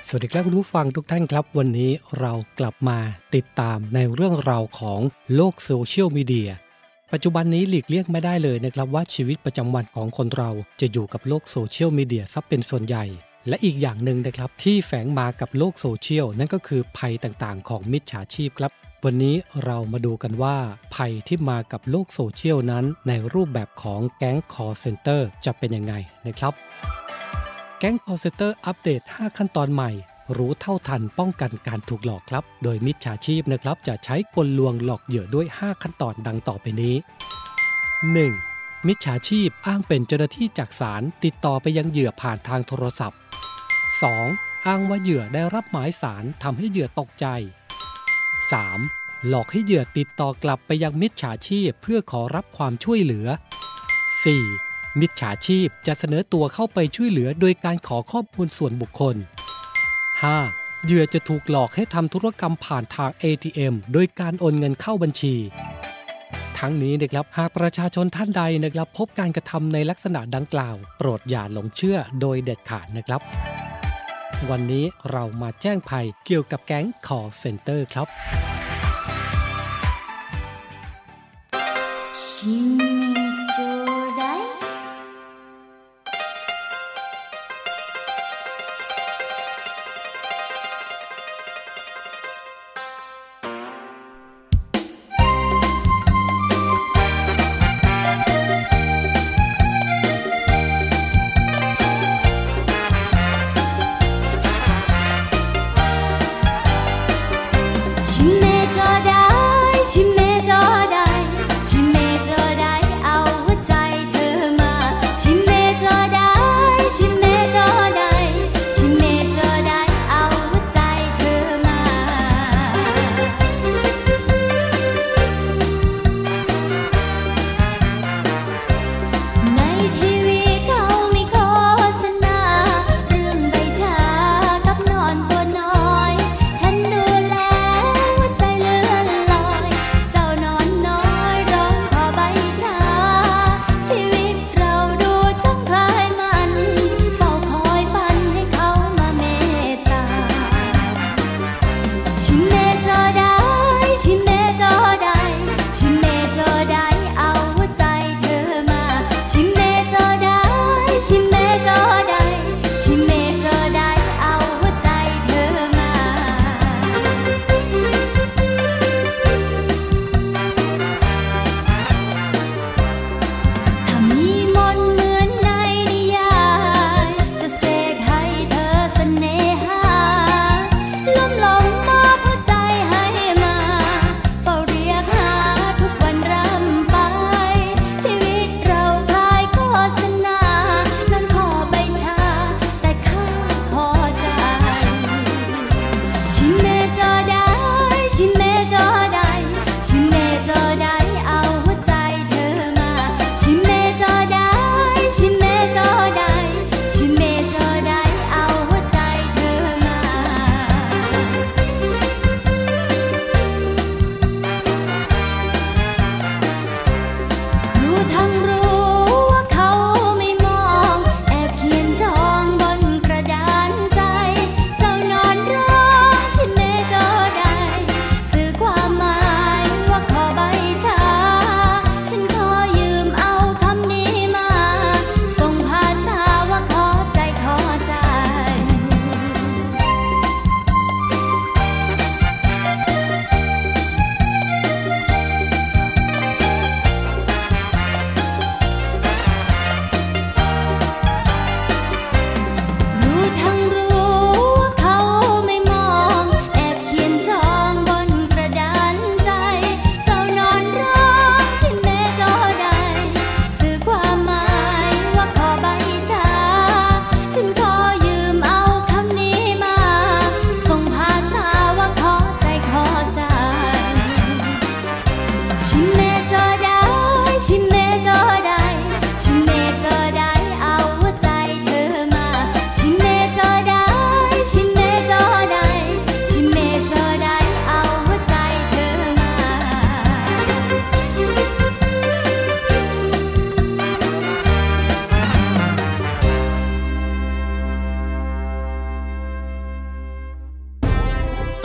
[SPEAKER 6] สวัสดีครับคุณผู้ฟังทุกท่านครับวันนี้เรากลับมาติดตามในเรื่องราวของโลกโซเชียลมีเดียปัจจุบันนี้หลีกเลี่ยงไม่ได้เลยนะครับว่าชีวิตประจำวันของคนเราจะอยู่กับโลกโซเชียลมีเดียซะเป็นส่วนใหญ่และอีกอย่างหนึ่งนะครับที่แฝงมากับโลกโซเชียลนั่นก็คือภัยต่างๆของมิจฉาชีพครับวันนี้เรามาดูกันว่าภัยที่มากับโลกโซเชียลนั้นในรูปแบบของแก๊ง call center จะเป็นยังไงนะครับแก๊ง call center อัปเดตห้าขั้นตอนใหม่รู้เท่าทันป้องกันการถูกหลอกครับโดยมิจฉาชีพนะครับจะใช้กลลวงหลอกเหยื่อด้วยห้าขั้นตอนดังต่อไปนี้ หนึ่ง. มิจฉาชีพอ้างเป็นเจ้าหน้าที่จากศาลติดต่อไปยังเหยื่อผ่านทางโทรศัพท์ สอง. อ้างว่าเหยื่อได้รับหมายศาลทำให้เหยื่อตกใจ สาม. หลอกให้เหยื่อติดต่อกลับไปยังมิจฉาชีพเพื่อขอรับความช่วยเหลือ สี่. มิจฉาชีพจะเสนอตัวเข้าไปช่วยเหลือโดยการขอข้อมูลส่วนบุคคล ห้า. เหยื่อจะถูกหลอกให้ทำธุรกรรมผ่านทาง เอ ที เอ็ม โดยการโอนเงินเข้าบัญชีทั้งนี้นะครับหากประชาชนท่านใดนะครับพบการกระทำในลักษณะดังกล่าวโปรดอย่าหลงเชื่อโดยเด็ดขาดนะครับวันนี้เรามาแจ้งภัยเกี่ยวกับแก๊ง call center ครับ
[SPEAKER 7] 君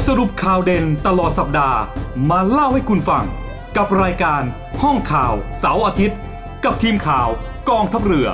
[SPEAKER 2] สรุปข่าวเด่นตลอดสัปดาห์มาเล่าให้คุณฟังกับรายการห้องข่าวเสาร์อาทิตย์กับทีมข่าวกองทัพเรื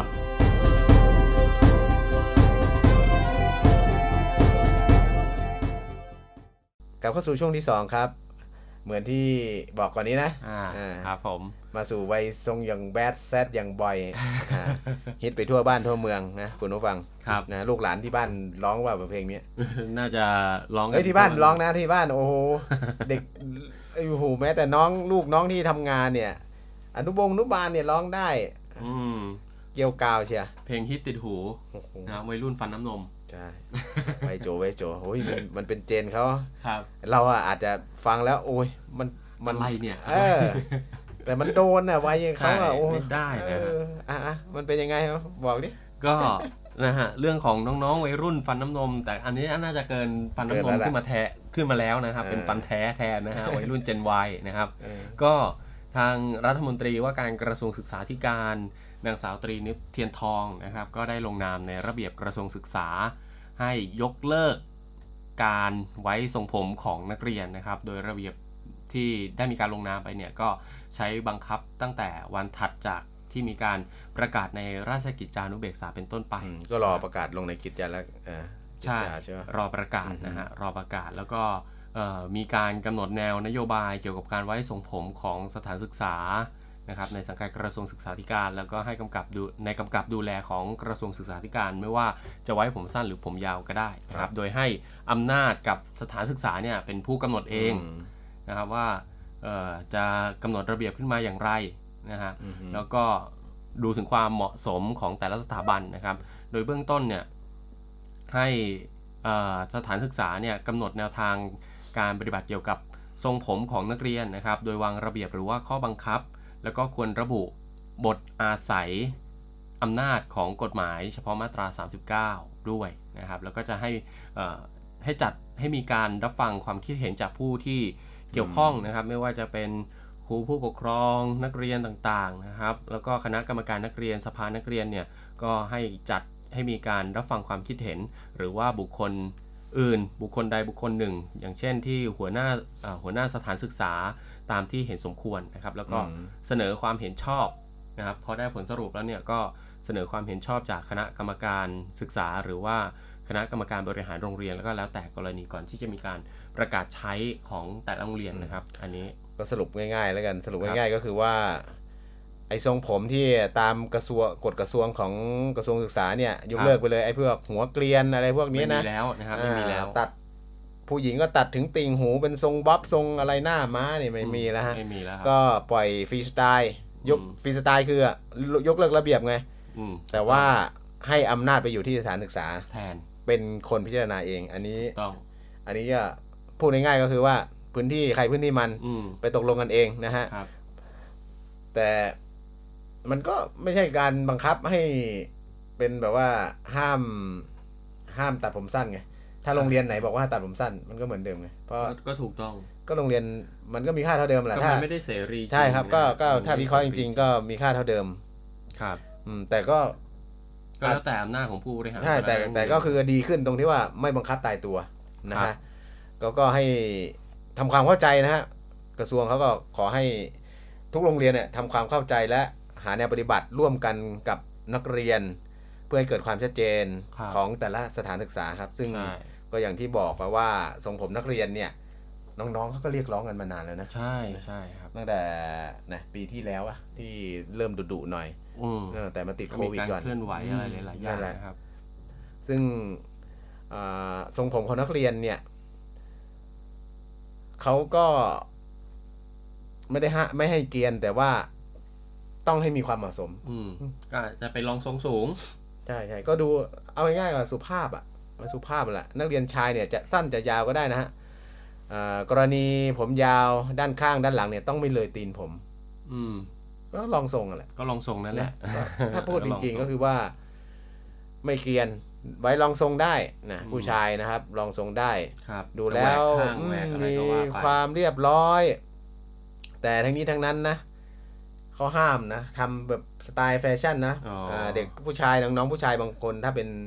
[SPEAKER 2] อก
[SPEAKER 3] ลับเข้าสู่ช่วงที่สองครับเหมือนที่บอกก่อนนี้นะ
[SPEAKER 4] อ่าครับผม
[SPEAKER 3] มาสู่วัยทรงอย่างแบดแซดอย่างบ่อยฮิตไปทั่วบ้านทั่วเมืองนะคุณผู้ฟังนะลูกหลานที่บ้านร้องว่าเพลงนี้
[SPEAKER 4] น่าจะร้อง
[SPEAKER 3] เอ้ยที่บ้านร้องนะที่บ้านโอ้โหเด็กโอ้โหแม้แต่น้องลูกน้องที่ทำงานเนี่ยอนุบงอนุบาลเนี่ยร้องได้เกี่ยวกาวเชีย
[SPEAKER 4] เพลงฮิตติดหูนะวัยรุ่นฟันน้ำนม
[SPEAKER 3] ใช่ไวโจไวโจโอ้ยมันมันเป็นเจนเขาครับเราอ่ะอาจจะฟังแล้วโอ้ยมัน
[SPEAKER 4] มันอะไรเนี่ย
[SPEAKER 3] เออแต่มันโดนอ่ะไวเขาอ่ะโอ้
[SPEAKER 4] ไม่ได้นะฮะ
[SPEAKER 3] อ่ะมันเป็นยังไงครับบอกดิ
[SPEAKER 4] ก็นะฮะเรื่องของน้องๆวัยรุ่นฟันน้ำนมแต่อันนี้น่าจะเกินฟันน้ำนมขึ้นมาแท้ขึ้นมาแล้วนะครับเป็นฟันแท้แทนนะฮะวัยรุ่นเจน Y นะครับก็ทางรัฐมนตรีว่าการกระทรวงศึกษาธิการนางสาวตรีนิพเทียนทองนะครับก็ได้ลงนามในระเบียบกระทรวงศึกษาให้ยกเลิกการไว้ทรงผมของนักเรียนนะครับโดยระเบียบที่ได้มีการลงนามไปเนี่ยก็ใช้บังคับตั้งแต่วันถัดจากที่มีการประกาศในราชกิจจานุเบกษาเป็นต้นไป
[SPEAKER 3] ก็รอประกาศลงในกิจจาแล้ว
[SPEAKER 4] ใช่รอประกาศนะฮะรอประกาศแล้วก็มีการกำหนดแนวนโยบายเกี่ยวกับการไว้ทรงผมของสถานศึกษานะครับในสังกัดกระทรวงศึกษาธิการแล้วก็ให้กำกับดูในกำกับดูแลของกระทรวงศึกษาธิการไม่ว่าจะไว้ผมสั้นหรือผมยาวก็ได้นะครับโดยให้อำนาจกับสถานศึกษาเนี่ยเป็นผู้กำหนดเองนะครับว่าจะกำหนดระเบียบขึ้นมาอย่างไรนะฮะแล้วก็ดูถึงความเหมาะสมของแต่ละสถาบันนะครับโดยเบื้องต้นเนี่ยให้สถานศึกษาเนี่ยกำหนดแนวทางการปฏิบัติเกี่ยวกับทรงผมของนักเรียนนะครับโดยวางระเบียบหรือว่าข้อบังคับแล้วก็ควรระบุบทอาศัยอำนาจของกฎหมายเฉพาะมาตราสามสิบเก้าด้วยนะครับแล้วก็จะให้ให้จัดให้มีการรับฟังความคิดเห็นจากผู้ที่เกี่ยวข้องนะครับไม่ว่าจะเป็นครูผู้ปกครองนักเรียนต่างๆนะครับแล้วก็คณะกรรมการนักเรียนสภานักเรียนเนี่ยก็ให้จัดให้มีการรับฟังความคิดเห็นหรือว่าบุคคลอื่นบุคคลใดบุคคลหนึ่งอย่างเช่นที่หัวหน้าหัวหน้าสถานศึกษาตามที่เห็นสมควรนะครับแล้วก็เสนอความเห็นชอบนะครับพอได้ผลสรุปแล้วเนี่ยก็เสนอความเห็นชอบจากคณะกรรมการศึกษาหรือว่าคณะกรรมการบริหารโรงเรียนแล้วก็แล้วแต่กรณีก่อนที่จะมีการประกาศใช้ของแต่ละโรงเรียนนะครับอันนี้
[SPEAKER 3] ก็สรุปง่ายๆแล้วกันสรุปง่ายๆก็คือว่าไอ้ทรงผมที่ตามกระทรวงกฎกระทรวงของกระทรวงศึกษาเนี่ยยกเลิกไปเลยไอ้พวกหัวเกรียนอะไรพวกนี้นะ
[SPEAKER 4] ไม่มีแล้วนะครับไม่มีแล้ว
[SPEAKER 3] ตัดผู้หญิงก็ตัดถึงติ่งหูเป็นทรงบ๊อบทรงอะไรหน้าม้าเนี่ยไม่มีแล้วฮะก็ปล่อยฟรีสไตล์ยกฟรีสไตล์คือยกเลิกระเบียบไงแต่ว่าให้อำนาจไปอยู่ที่สถานศึกษา
[SPEAKER 4] แทน
[SPEAKER 3] เป็นคนพิจารณาเองอันนี้อันนี้ก็พูดง่ายๆก็คือว่าพื้นที่ใครพื้นที่มันไปตกลงกันเองนะฮะแต่มันก็ไม่ใช่การบังคับให้เป็นแบบว่าห้ามห้ามตัดผมสั้นไงถ้าโรงเรียนไหนบอกว่าตัดผมสั้นมันก็เหมือนเดิมไงเพราะ
[SPEAKER 4] ก็ถูกต้อง
[SPEAKER 3] ก็โรงเรียนมันก็มีค่าเท่าเดิมแหละ
[SPEAKER 4] ถ้าไม่ได้เสรี
[SPEAKER 3] ใช่ครับก็ก็ถ้าวิเคราะห์จริงๆก็มีค่าเท่าเดิม
[SPEAKER 4] ครับ
[SPEAKER 3] อืมแต่ก็
[SPEAKER 4] ก็แล้วแต่อำนาจของผู้บริหาร
[SPEAKER 3] ใช่แต่แต่ก็คือดีขึ้นตรงที่ว่าไม่บังคับตายตัวนะฮะก็ก็ให้ทำความเข้าใจนะฮะกระทรวงเขาก็ขอให้ทุกโรงเรียนเนี่ยทำความเข้าใจและหาแนวปฏิบัติร่วมกันกับนักเรียนเพื่อให้เกิดความชัดเจนของแต่ละสถานศึกษาครับซึ่งก็อย่างที่บอกว่าทรงผมนักเรียนเนี่ยน้องๆเขาก็เรียกร้องกันมานานแล้วนะ
[SPEAKER 4] ใช่ใช่ครับ
[SPEAKER 3] ตั้งแต่นะปีที่แล้วอะที่เริ่มดุๆหน่อยแต่มาติดโควิดก่อน
[SPEAKER 4] เคลื่อนไหวอะไรหลายๆอย่างนะครับ
[SPEAKER 3] ซึ่งทรงผมของนักเรียนเนี่ยเขาก็ไม่ได้ฮะไม่ให้เกียรติแต่ว่าต้องให้มีความเหมาะสม
[SPEAKER 4] อืมก็จะไปลองทรงสูง
[SPEAKER 3] ใช่ใช่ก็ดูเอาง่ายๆว่าสุภาพอ่ะมันสุภาพแหละนักเรียนชายเนี่ยจะสั้นจะยาวก็ได้นะฮะกรณีผมยาวด้านข้างด้านหลังเนี่ยต้องไม่เลยตีนผม
[SPEAKER 4] อืม
[SPEAKER 3] ก็ลองทรงแหละ
[SPEAKER 4] ก็ลองทรงนั่นแหละ
[SPEAKER 3] ถ้าพูดจริงๆก็คือว่าไม่เกรียนไว้ลองทรงได้นะผู้ชายนะครับลองทรงได้ดูแล้วมีความเรียบร้อยแต่ทั้งนี้ทั้งนั้นนะเขาห้ามนะทำแบบสไตล์แฟชั่นนะเด็กผู้ชายน้องๆผู้ชายบางคนถ้าเป็น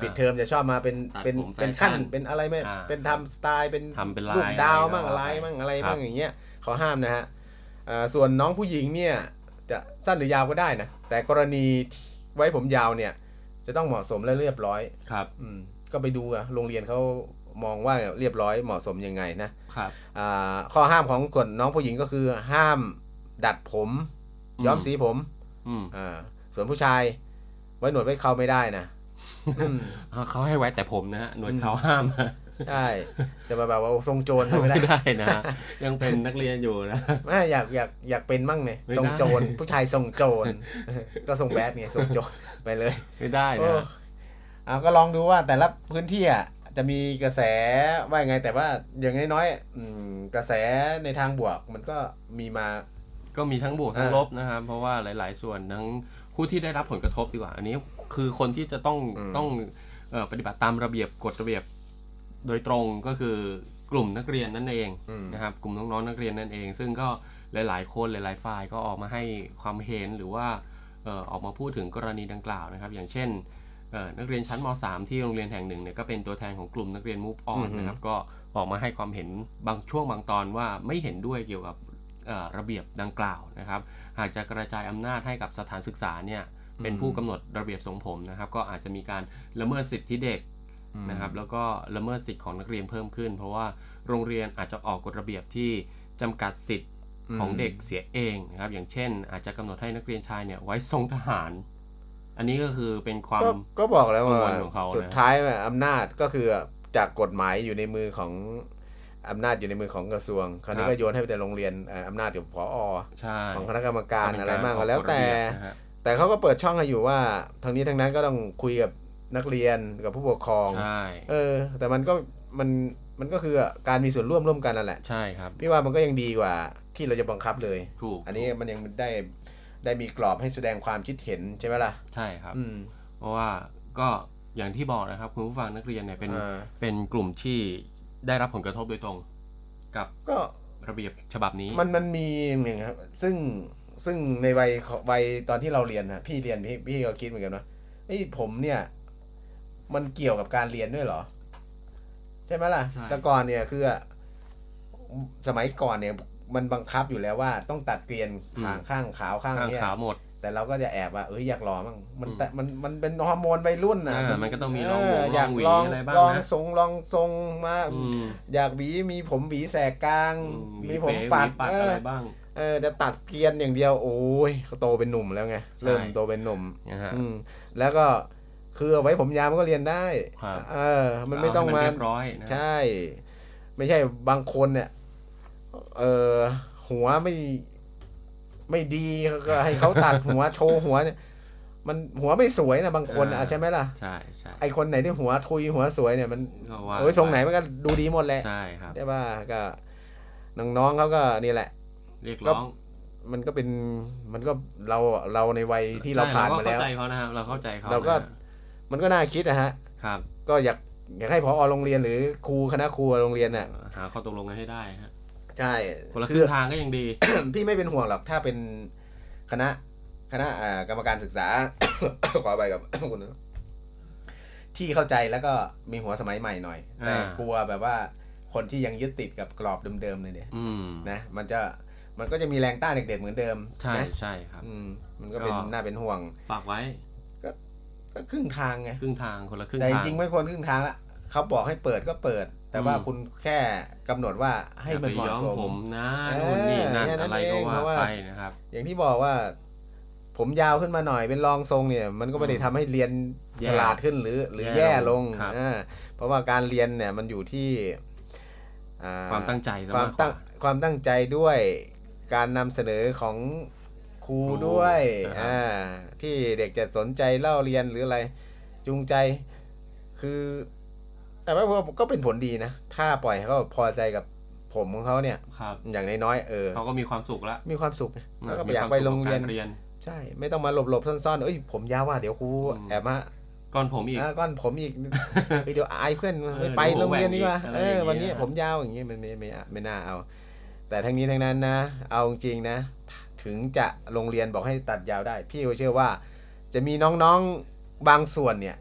[SPEAKER 3] ปิดเทอมจะชอบมาเป็นเป็นเป็นขั้นเป็นอะไรไม่เป็นทำสไตล์เป็นลูกดาวมั่งลายมั่งอะไรมั่งอย่างเงี้ยเขาห้ามนะฮะส่วนน้องผู้หญิงเนี่ยจะสั้นหรือยาวก็ได้นะแต่กรณีไว้ผมยาวเนี่ยจะต้องเหมาะสมและเรียบร้อย
[SPEAKER 4] ครับ
[SPEAKER 3] อืมก็ไปดูอะโรงเรียนเขามองว่าเรียบร้อยเหมาะสมยังไงนะครับข้อห้ามของกฎน้องผู้หญิงก็คือห้ามดัดผมย้อมสีผมอ่าส่วนผู้ชายไว้หนวดไว้เขาไม่ได้นะ
[SPEAKER 4] เขาให้ไว้แต่ผมนะฮะหนวดเขาห้าม
[SPEAKER 3] ใช่จะมาแบบว่าทรงโจร
[SPEAKER 4] ไม่ได้นะยังเป็นนักเรียนอยู่นะ
[SPEAKER 3] ไม่อยากอยากอยากเป็นมั่งเนี่ยทรงโจรผู้ชายทรงโจรก็ทรงแบดเนี่ยทรงโจรไปเลย
[SPEAKER 4] ไม่ได้นะ
[SPEAKER 3] อ่าก็ลองดูว่าแต่ละพื้นที่อ่ะจะมีกระแสว่าไงแต่ว่าอย่างน้อยๆกระแสในทางบวกมันก็มีมา
[SPEAKER 4] ก็มีทั้งบวกทั้งลบนะครับเพราะว่าหลายๆส่วนทั้งผู้ที่ได้รับผลกระทบดีกว่าอันนี้คือคนที่จะต้องต้องเอ่อปฏิบัติตามระเบียบกฎระเบียบโดยตรงก็คือกลุ่มนักเรียนนั่นเองนะครับกลุ่มน้องๆนักเรียนนั่นเองซึ่งก็หลายๆคนหลายๆฝ่ายก็ออกมาให้ความเห็นหรือว่าเอ่อออกมาพูดถึงกรณีดังกล่าวนะครับอย่างเช่นนักเรียนชั้นม.สาม ที่โรงเรียนแห่งหนึ่งเนี่ยก็เป็นตัวแทนของกลุ่มนักเรียน Move On นะครับก็ออกมาให้ความเห็นบางช่วงบางตอนว่าไม่เห็นด้วยเกี่ยวกับระเบียบดังกล่าวนะครับหากจะกระจายอำนาจให้กับสถานศึกษาเนี่ยเป็นผู้กำหนดระเบียบทรงผมนะครับก็อาจจะมีการละเมิดสิทธิเด็กนะครับแล้วก็ละเมิดสิทธิของนักเรียนเพิ่มขึ้นเพราะว่าโรงเรียนอาจจะออกกฎระเบียบที่จำกัดสิทธิ์ของเด็กเสียเองนะครับอย่างเช่นอาจจะกำหนดให้นักเรียนชายเนี่ยไว้ทรงทหารอันนี้ก็คือเป็นความ
[SPEAKER 3] ก, ก็บอกแล้วว่าสุดท้ายอำนาจก็คือจากกฎหมายอยู่ในมือของอำนาจอยู่ในมือของกระทรวงคราวนี้ก็โยนให้ไปแต่โรงเรียนอำนาจอยู่ผอ.ของคณะกรรมการอะไรมากก็แล้วแต่แต่เขาก็เปิดช่องให้อยู่ว่าทางนี้ทางนั้นก็ต้องคุยกับนักเรียนกับผู้ปกครองเออแต่มันก็มันมันก็คือการมีส่วนร่วมร่วมกันนั่นแหละ
[SPEAKER 4] ใช่ครับ
[SPEAKER 3] พี่ว่ามันก็ยังดีกว่าที่เราจะบังคับเลยอันนี้มันยังได้ได้มีกรอบให้แสดงความคิดเห็นใช่ไหมล่ะ
[SPEAKER 4] ใช่ครับเพราะว่าก็อย่างที่บอกนะครับคุณผู้ฟังนักเรียนเนี่ยเป็นเป็นกลุ่มที่ได้รับผลกระทบโดยตรงกับ
[SPEAKER 3] ก็
[SPEAKER 4] ระเบียบฉบับนี้
[SPEAKER 3] มันมันมีหนึ่งครับซึ่งซึ่งในวัยวัยตอนที่เราเรียนนะพี่เรียนพี่พี่ก็คิดเหมือนกันว่าไอ้ผมเนี่ยมันเกี่ยวกับการเรียนด้วยเหรอใช่ไหมล่ะแต่ก่อนเนี่ยคือสมัยก่อนเนี่ยมันบังคับอยู่แล้วว่าต้องตัดเกลียนขางข้างขาวข้างนี้
[SPEAKER 4] ขาวหมด
[SPEAKER 3] แต่เราก็จะแอบว่าเอ้ยอยากลองมั่งมันแต่มันมันเป็นฮอร์โมนวัยรุ่นนะ
[SPEAKER 4] มันก็ต้องมีลองวง
[SPEAKER 3] อยากลองลองทรงลองทรงมาอยากหวีมีผมหวีแสกกลางมีผมปัด
[SPEAKER 4] อะไรบ้าง
[SPEAKER 3] เออจะตัดเกลียนอย่างเดียวโอ้ยเขาโตเป็นหนุ่มแล้วไงเริ่มโตเป็นหนุ่มแล้วก็คือเอาไว้ผมยาวมันก็เรียนได้เออมันไม่ต้องมาใช่ไม่ใช่บางคนเนี่ยเออหัวไม่ไม่ดีก็ให้เขาตัดหัวโชว์หัวเนี่ยมันหัวไม่สวยนะบางคนอ่ะใช่ไหมล่ะ
[SPEAKER 4] ใช่ใช่
[SPEAKER 3] ไอคนไหนที่หัวทุยหัวสวยเนี่ยมันโอ้ยทรงไหนมันก็ดูดีหมดแหละ
[SPEAKER 4] ใช่ครับ
[SPEAKER 3] ใช่ป่ะก็น้องๆเขาก็นี่แหละ
[SPEAKER 4] เรียกร้อง
[SPEAKER 3] มันก็เป็นมันก็เราเราในวัยที่เราผ่านมาแล้ว
[SPEAKER 4] เราเข้าใจเขานะครับเราเข้าใจเขา
[SPEAKER 3] เราก็มันก็น่าคิดนะฮะ
[SPEAKER 4] ครับ
[SPEAKER 3] ก็อยากอยากให้ผอ.โรงเรียนหรือครูคณะครูโรงเรียนน่ะ
[SPEAKER 4] หาข้อตกลงกันให้ได้ฮะ
[SPEAKER 3] ใช่
[SPEAKER 4] คนละครึ่งทางก็ยังดี
[SPEAKER 3] พี่ไม่เป็นห่วงหรอกถ้าเป็นคณะคณะกรรมการศึกษา ขอไปกับคุณที่เข้าใจแล้วก็มีหัวสมัยใหม่หน่อยแต่กลัวแบบว่าคนที่ยังยึดติดกับกรอบเดิมๆเลยเนี่ยนะมันจะมันก็จะมีแรงต้านเด็กๆเหมือนเดิม
[SPEAKER 4] ใช่ใช่ครับ
[SPEAKER 3] มันก็เป็นน่าเป็นห่วง
[SPEAKER 4] ฝากไว้
[SPEAKER 3] ก็ก็ครึ่งทางไง
[SPEAKER 4] ครึ่งทางคนละครึ่ง
[SPEAKER 3] แต่จริงๆไม่ควรครึ่งทางละเขาบอกให้เปิดก็เปิดแต่ว่าคุณแค่กำหนดว่าให้มันเหมาะสม
[SPEAKER 4] ผมนะนู่นนี่นั่นอะไรก็ว่าไปนะครับ
[SPEAKER 3] อย่างที่บอกว่าผมยาวขึ้นมาหน่อยเป็นรองทรงเนี่ยมันก็ไม่ได้ทำให้เรียนฉลาดขึ้นหรือหรือแย่ลงเพราะว่าการเรียนเนี่ยมันอยู่ที่
[SPEAKER 4] ความตั้งใจ
[SPEAKER 3] ความตั้งความตั้งใจด้วยการนำเสนอของครูด้วยที่เด็กจะสนใจเล่าเรียนหรืออะไรจูงใจคือแต่ว่าก็เป็นผลดีนะถ้าปล่อยเขาพอใจกับผมของเขาเนี่ยอย่างน้อยๆเออ
[SPEAKER 4] เขาก็มีความสุขแล้ว
[SPEAKER 3] มีความสุขแล้วก็อยากไปโรงเรียนใช่ไม่ต้องมาหลบๆซ่อนๆเอ้ยผมยาวว่าเดี๋ยวครูแอบมา
[SPEAKER 4] ก้อนผมอีก
[SPEAKER 3] ก้อนผมอีกเดี๋ยวอายเพื่อนไม่ไปโรงเรียนดีกว่าเออวันนี้ผมยาวอย่างเงี้ยมันไม่ไม่ไม่น่าเอาแต่ทั้งนี้ทั้งนั้นนะเอาจริงนะถึงจะโรงเรียนบอกให้ตัดยาวได้พี่ก็เชื่อว่าจะมีน้องๆบางส่วนเนี่ย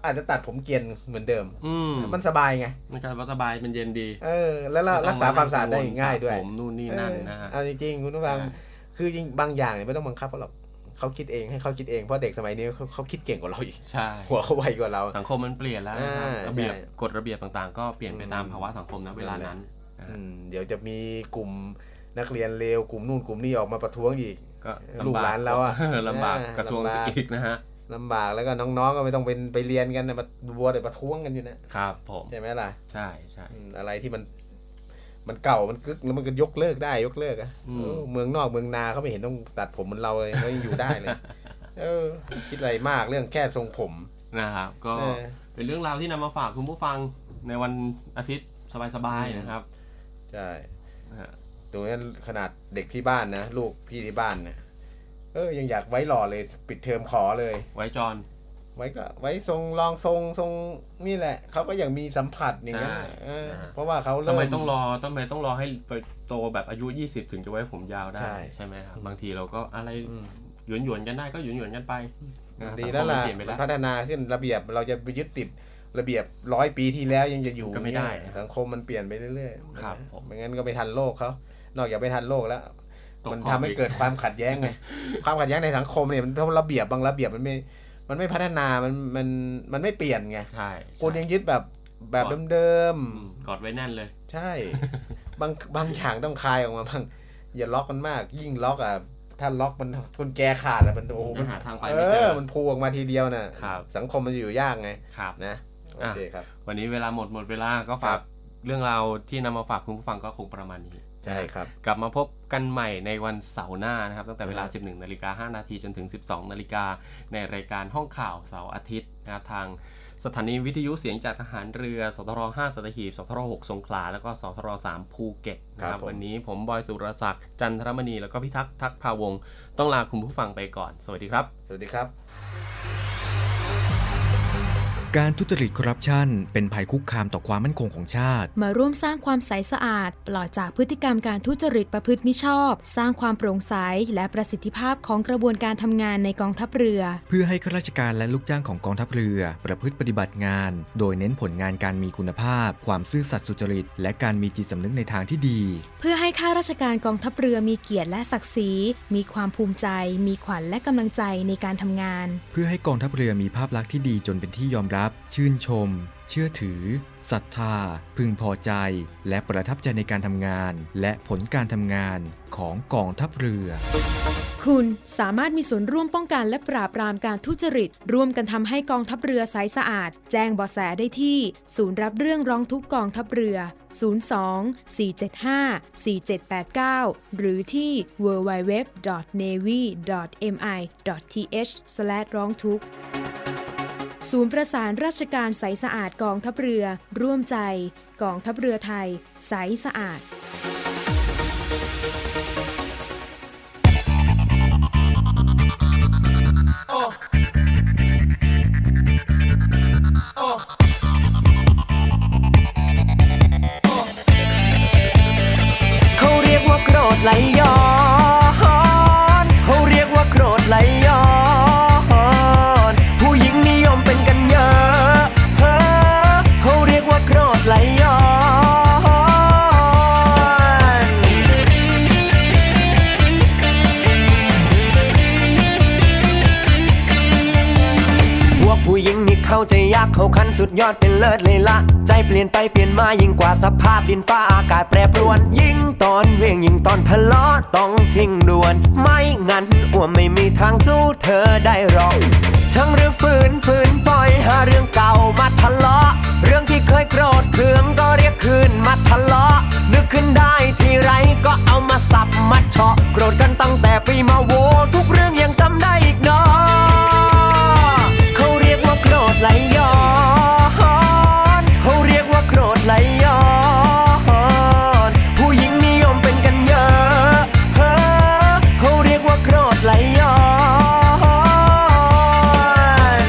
[SPEAKER 3] อาจจะตัดผมเกรียนเหมือนเดิมมันสบายไง
[SPEAKER 4] มันก็สบายมันเย็นดี
[SPEAKER 3] เออแล้วรักษาความสะอาดได้ง่ายด้วย
[SPEAKER 4] ผมนู่นนี่นั่นนะฮะ
[SPEAKER 3] เอาจริงๆคุณผู้ฟังคือจริงบางอย่างเนี่ยไม่ต้องบังคับเขาหรอกเขาคิดเองให้เขาคิดเองเพราะเด็กสมัยนี้เขาเขาคิดเก่งกว่าเราอีก
[SPEAKER 4] ใช่
[SPEAKER 3] หัวเขาไวกว่าเรา
[SPEAKER 4] สังคมมันเปลี่ยนแล้วระเบียบกฎระเบียบต่างๆก็เปลี่ยนไปตามภาวะสังคมณเวลานั้น
[SPEAKER 3] เดี๋ยวจะมีกลุ่มนักเรียนเลวกลุ่มนู่นกลุ่มนี้ออกมาประท้วงอีก
[SPEAKER 4] ก็
[SPEAKER 3] ลูกหลานเราอะ
[SPEAKER 4] ลำบากกระทรวงอีกนะฮะ
[SPEAKER 3] ลำบากแล้วก็น้องๆก็ไม่ต้องเป็นไปเรียนกันนะมาบัวแต่ประท้วงกันอยู่
[SPEAKER 4] นะครับผม
[SPEAKER 3] ใช่ไหมล่ะ
[SPEAKER 4] ใช่ใช่
[SPEAKER 3] อะไรที่มันมันเก่ามันกึกแล้วมันก็ยกเลิกได้ยกเลิกอะเมืองนอกเมืองนาเขาไม่เห็นต้องตัดผมเหมือนเราเลยเขายังอยู่ได้เลยเออคิดอะไรมากเรื่องแค่ทรงผม
[SPEAKER 4] นะครับก็เป็นเรื่องราวที่นำมาฝากคุณผู้ฟังในวันอาทิตย์สบายๆนะครับ
[SPEAKER 3] ใช่ตรงนั้นขนาดเด็กที่บ้านนะลูกพี่ที่บ้านเนี่ยเออยังอยากไว้หล่อเลยปิดเทอมขอเลย
[SPEAKER 4] ไว้จอน
[SPEAKER 3] ไว้ก็ไว้ทรงรองทรงทรงนี่แหละเขาก็ยังมีสัมผัสอย่างนั้นเพราะว่าเขา
[SPEAKER 4] เริ่มทำไมต้องรอทำไมต้องรอให้ไปโตแบบอายุยี่สิบถึงจะไว้ผมยาวได้ใช่ไหมครับบางทีเราก็อะไรหยวนหยวนกันได้ก็หยวนหยวนกันไป
[SPEAKER 3] ดีแล้วล่ะพัฒนาขึ้นระเบียบเราจะไปยึดติดระเบียบร้อยปีที่แล้วยังจะอยู่
[SPEAKER 4] ก็ไม่ได้
[SPEAKER 3] สังคมมันเปลี่ยนไปเรื่อย
[SPEAKER 4] ๆครับ
[SPEAKER 3] ไม่งั้นก็ไปทันโลกเขานอกจากไปทันโลกแล้วมันทำให้เกิดความขัดแย้งไงความขัดแย้งในสังคมเนี่ยมันเพราะระเบียบบางระเบียบมันไม่มันไม่พัฒนามันมันมันไม่เปลี่ยนไง
[SPEAKER 4] ใช่
[SPEAKER 3] คนยังยึดแบบแบบเดิม
[SPEAKER 4] ๆกอดไว้แน่นเลย
[SPEAKER 3] ใช่บางบางอย่างต้องคลายออกมาบ้างอย่าล็อกมันมากยิ่งล็อกอ่ะถ้าล็อกมันคนแกขาดอ่ะมันโอ้
[SPEAKER 4] มันหาทางไป
[SPEAKER 3] ไม่เจอมันพูออกมาทีเดียวน่ะสังคมมันอยู่ยากไงนะโอเคครับ
[SPEAKER 4] วันนี้เวลาหมดหมดเวลาก็ฝากเรื่องราวที่นำมาฝากคุณผู้ฟังก็คงประมาณนี้
[SPEAKER 3] ใช่ครับ
[SPEAKER 4] กลับมาพบกันใหม่ในวันเสาร์หน้านะครับตั้งแต่เวลา สิบเอ็ดนาฬิกาห้านาทีจนถึง สิบสองนาฬิกาในรายการห้องข่าวเสาร์อาทิตย์นะครับทางสถานีวิทยุเสียงจากทหารเรือสทรห้าสัตหีบสทรหกสงขลาแล้วก็สทรสามภูเก็ตนะครับวันนี้ผมบอยสุรศักดิ์จันทรมณีแล้วก็พิทักษ์ทักพาวงศ์ต้องลาคุณผู้ฟังไปก่อนสวัสดีครับ
[SPEAKER 3] สวัสดีครับ
[SPEAKER 5] การทุจริตคอร์รัปชันเป็นภัยคุกคามต่อความมั่นคงของชาติ
[SPEAKER 7] มาร่วมสร้างความใสสะอาดปลอดจากพฤติกรรมการทุจริตประพฤติมิชอบสร้างความโปร่งใสและประสิทธิภาพของกระบวนการทำงานในกองทัพเรือ
[SPEAKER 5] เพื่อให้ข้าราชการและลูกจ้างของกองทัพเรือประพฤติปฏิบัติงานโดยเน้นผลงานการมีคุณภาพความซื่อสัตย์สุจริตและการมีจิตสำนึกในทางที่ดี
[SPEAKER 7] เพื่อให้ข้าราชการกองทัพเรือมีเกียรติและศักดิ์ศรีมีความภูมิใจมีขวัญและกำลังใจในการทำงาน
[SPEAKER 5] เพื่อให้กองทัพเรือมีภาพลักษณ์ที่ดีจนเป็นที่ยอมรับชื่นชมเชื่อถือศรัทธาพึงพอใจและประทับใจในการทำงานและผลการทำงานของกองทัพเรือ
[SPEAKER 7] คุณสามารถมีส่วนร่วมป้องกันและปราบปรามการทุจริตร่วมกันทำให้กองทัพเรือใสสะอาดแจ้งเบาะแสได้ที่ศูนย์รับเรื่องร้องทุกข์กองทัพเรือศูนย์ สอง สี่ เจ็ด ห้า สี่ เจ็ด แปด เก้าหรือที่ ดับเบิลยู ดับเบิลยู ดับเบิลยู ดอท เนวี ดอท เอ็ม ไอ ดอท ที เอช สแลช ร้องทุกข์ศูนย์ประสานราชการใสสะอาดกองทัพเรือร่วมใจกองทัพเรือไทยใสสะอาด
[SPEAKER 1] เขาเรียกว่าโกรธไหลย้อนเขาเรียกว่าโกรธไหลย้อนผู้หญิงนิยมเป็นกันเยอะเขาเรียกว่าโกรธไหลย้อนพวกผู้หญิงนี่เข้าใจยากเขาคันสุดยอดเป็นเลิศเลยละใจเปลี่ยนไปเปลี่ยนมายิ่งกว่าสภาพดินฟ้าอากาศแปรปรวนยิ่งตอนเวียงยิ่งตอนทะเลาะต้องทิ้งด่วนไม่งั้นอ้วมไม่มีทางสู้เธอได้หรอกช่างหรือฝืนฝืนปล่อยหาเรื่องเก่ามาทะเลาะเรื่องที่เคยโกรธเคืองก็เรียกคืนมาทะเลาะนึกขึ้นได้ทีไรก็เอามาสับมาเฉาะโกรธกันตั้งแต่ปีมาโวทุกเรื่องยังจำได้อีกเนาะเขาเรียกว่าโกรธไหลย้อนเขาเรียกว่าโกรธไหลย้อนผู้หญิงนิยมเป็นกันเยอะเขาเรียกว่าโกรธไหลย้อน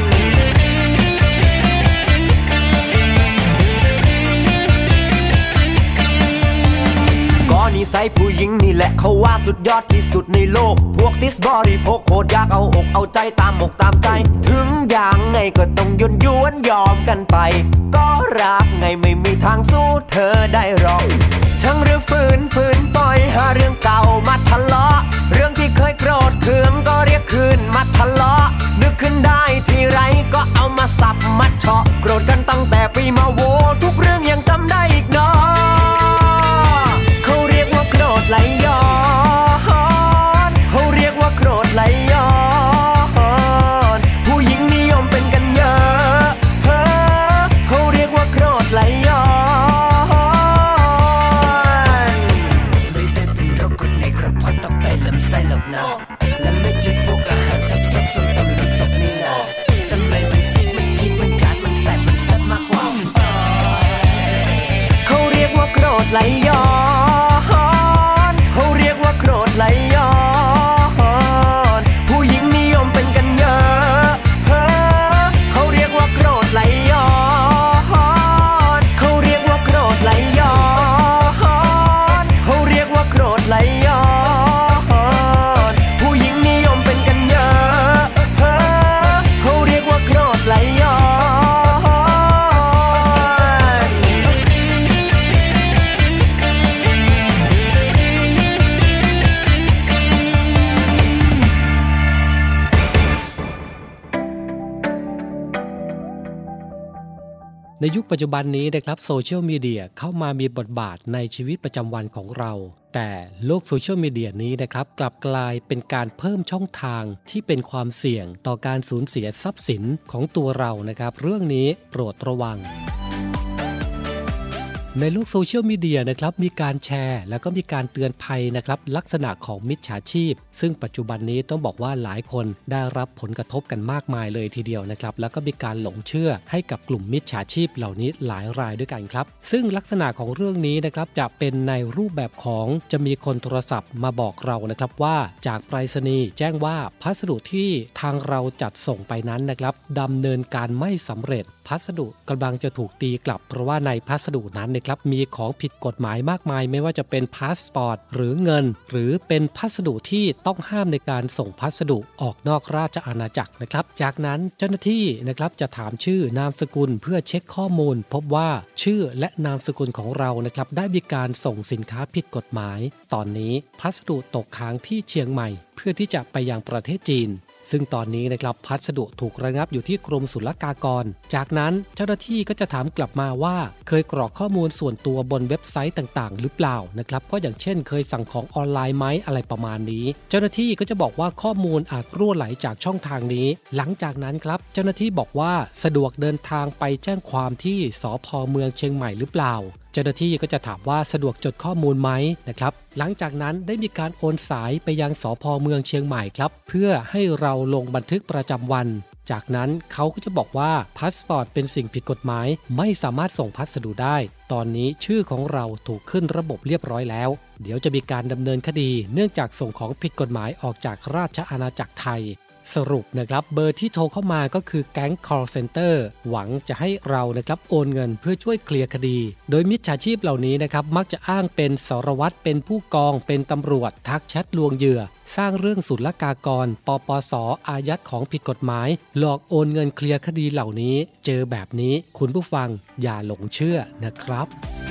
[SPEAKER 1] ก็นิ
[SPEAKER 8] ใส่ผู้หญิงนี่แหละเขาว่าสุดยอดที่สุดในโลกพวกติสบริโภคโคตรอยากเอาอกเอาใจตามอกตามใจถึงอย่างไงก็ต้องยนยวนยอมกันไปก็รักไงไม่มีทางสู้เธอได้หรอกช่างเรื่องฝืนฝืนปล่อยหาเรื่องเก่ามาทะเลาะเรื่องที่เคยโกรธเคืองก็เรียกคืนมาทะเลาะนึกขึ้นได้ทีไรก็เอามาสับมาเฉาะโกรธกันตั้งแต่ปีมาโวทุกเรื่องยังจำได้อีกเนาะเขาเรียกว่าโกรธไหลย้อนเขาเรียกว่าโกรธไหลย้อนผู้หญิงนิยมเป็นกันเยอะเขาเรียกว่าโกรธไหลย้อนไม่ได้เป็นโรคกรดในกระเพาะตับไตลำไส้หรอกนะและไม่ใช่พวกอาหารซับซับส้มตำน้ำตกนี่นะทำไมมันซีดมันจี๊ดมันจัดมันแสบมันแซ่บมากกว่าเขาเรียกว่าโกรธไหลย้อนเขาเรียกว่าโกรธไหลย้อนผู้หญิงนิยมเป็นกันเยอะเขาเรียกว่าโกรธไหลย้อนเขาเรียกว่าโกรธไหลย้อนเขาเรียกว่าโกรธไหลย้อนผู้หญิงนิยมเป็นกันเยอะเขาเรียกว่าโกรธไหลย้อน
[SPEAKER 6] ในยุคปัจจุบันนี้นะครับโซเชียลมีเดียเข้ามามีบทบาทในชีวิตประจำวันของเราแต่โลกโซเชียลมีเดียนี้นะครับกลับกลายเป็นการเพิ่มช่องทางที่เป็นความเสี่ยงต่อการสูญเสียทรัพย์สินของตัวเรานะครับเรื่องนี้โปรดระวังในโลกโซเชียลมีเดียนะครับมีการแชร์แล้วก็มีการเตือนภัยนะครับลักษณะของมิจฉาชีพซึ่งปัจจุบันนี้ต้องบอกว่าหลายคนได้รับผลกระทบกันมากมายเลยทีเดียวนะครับแล้วก็มีการหลงเชื่อให้กับกลุ่มมิจฉาชีพเหล่านี้หลายรายด้วยกันครับซึ่งลักษณะของเรื่องนี้นะครับจะเป็นในรูปแบบของจะมีคนโทรศัพท์มาบอกเรานะครับว่าจากไปรษณีย์แจ้งว่าพัสดุที่ทางเราจัดส่งไปนั้นนะครับดำเนินการไม่สำเร็จพัสดุกำลังจะถูกตีกลับเพราะว่าในพัสดุนั้นนะครับมีของผิดกฎหมายมากมายไม่ว่าจะเป็นพาสปอร์ตหรือเงินหรือเป็นพัสดุที่ต้องห้ามในการส่งพัสดุออกนอกราชอาณาจักรนะครับจากนั้นเจ้าหน้าที่นะครับจะถามชื่อนามสกุลเพื่อเช็คข้อมูลพบว่าชื่อและนามสกุลของเรานะครับได้มีการส่งสินค้าผิดกฎหมายตอนนี้พัสดุตกค้างที่เชียงใหม่เพื่อที่จะไปยังประเทศจีนซึ่งตอนนี้นะครับพัสดุถูกระงับอยู่ที่กรมศุลกากรจากนั้นเจ้าหน้าที่ก็จะถามกลับมาว่าเคยกรอกข้อมูลส่วนตัวบนเว็บไซต์ต่างๆหรือเปล่านะครับก็อย่างเช่นเคยสั่งของออนไลน์ไหมอะไรประมาณนี้เจ้าหน้าที่ก็จะบอกว่าข้อมูลอาจรั่วไหลจากช่องทางนี้หลังจากนั้นครับเจ้าหน้าที่บอกว่าสะดวกเดินทางไปแจ้งความที่สภ.เมืองเชียงใหม่หรือเปล่าเจ้าหน้าที่ก็จะถามว่าสะดวกจดข้อมูลไหมนะครับหลังจากนั้นได้มีการโอนสายไปยังสภ.เมืองเชียงใหม่ครับเพื่อให้เราลงบันทึกประจำวันจากนั้นเขาก็จะบอกว่าพาสปอร์ตเป็นสิ่งผิดกฎหมายไม่สามารถส่งพัสดุได้ตอนนี้ชื่อของเราถูกขึ้นระบบเรียบร้อยแล้วเดี๋ยวจะมีการดำเนินคดีเนื่องจากส่งของผิดกฎหมายออกจากราชอาณาจักรไทยสรุปนะครับเบอร์ที่โทรเข้ามาก็คือแก๊ง call center หวังจะให้เรานะครับโอนเงินเพื่อช่วยเคลียร์คดีโดยมิจฉาชีพเหล่านี้นะครับมักจะอ้างเป็นสารวัตรเป็นผู้กองเป็นตำรวจทักแชทลวงเหยื่อสร้างเรื่องศุลกากรปปส.อายัดของผิดกฎหมายหลอกโอนเงินเคลียร์คดีเหล่านี้เจอแบบนี้คุณผู้ฟังอย่าหลงเชื่อนะครับ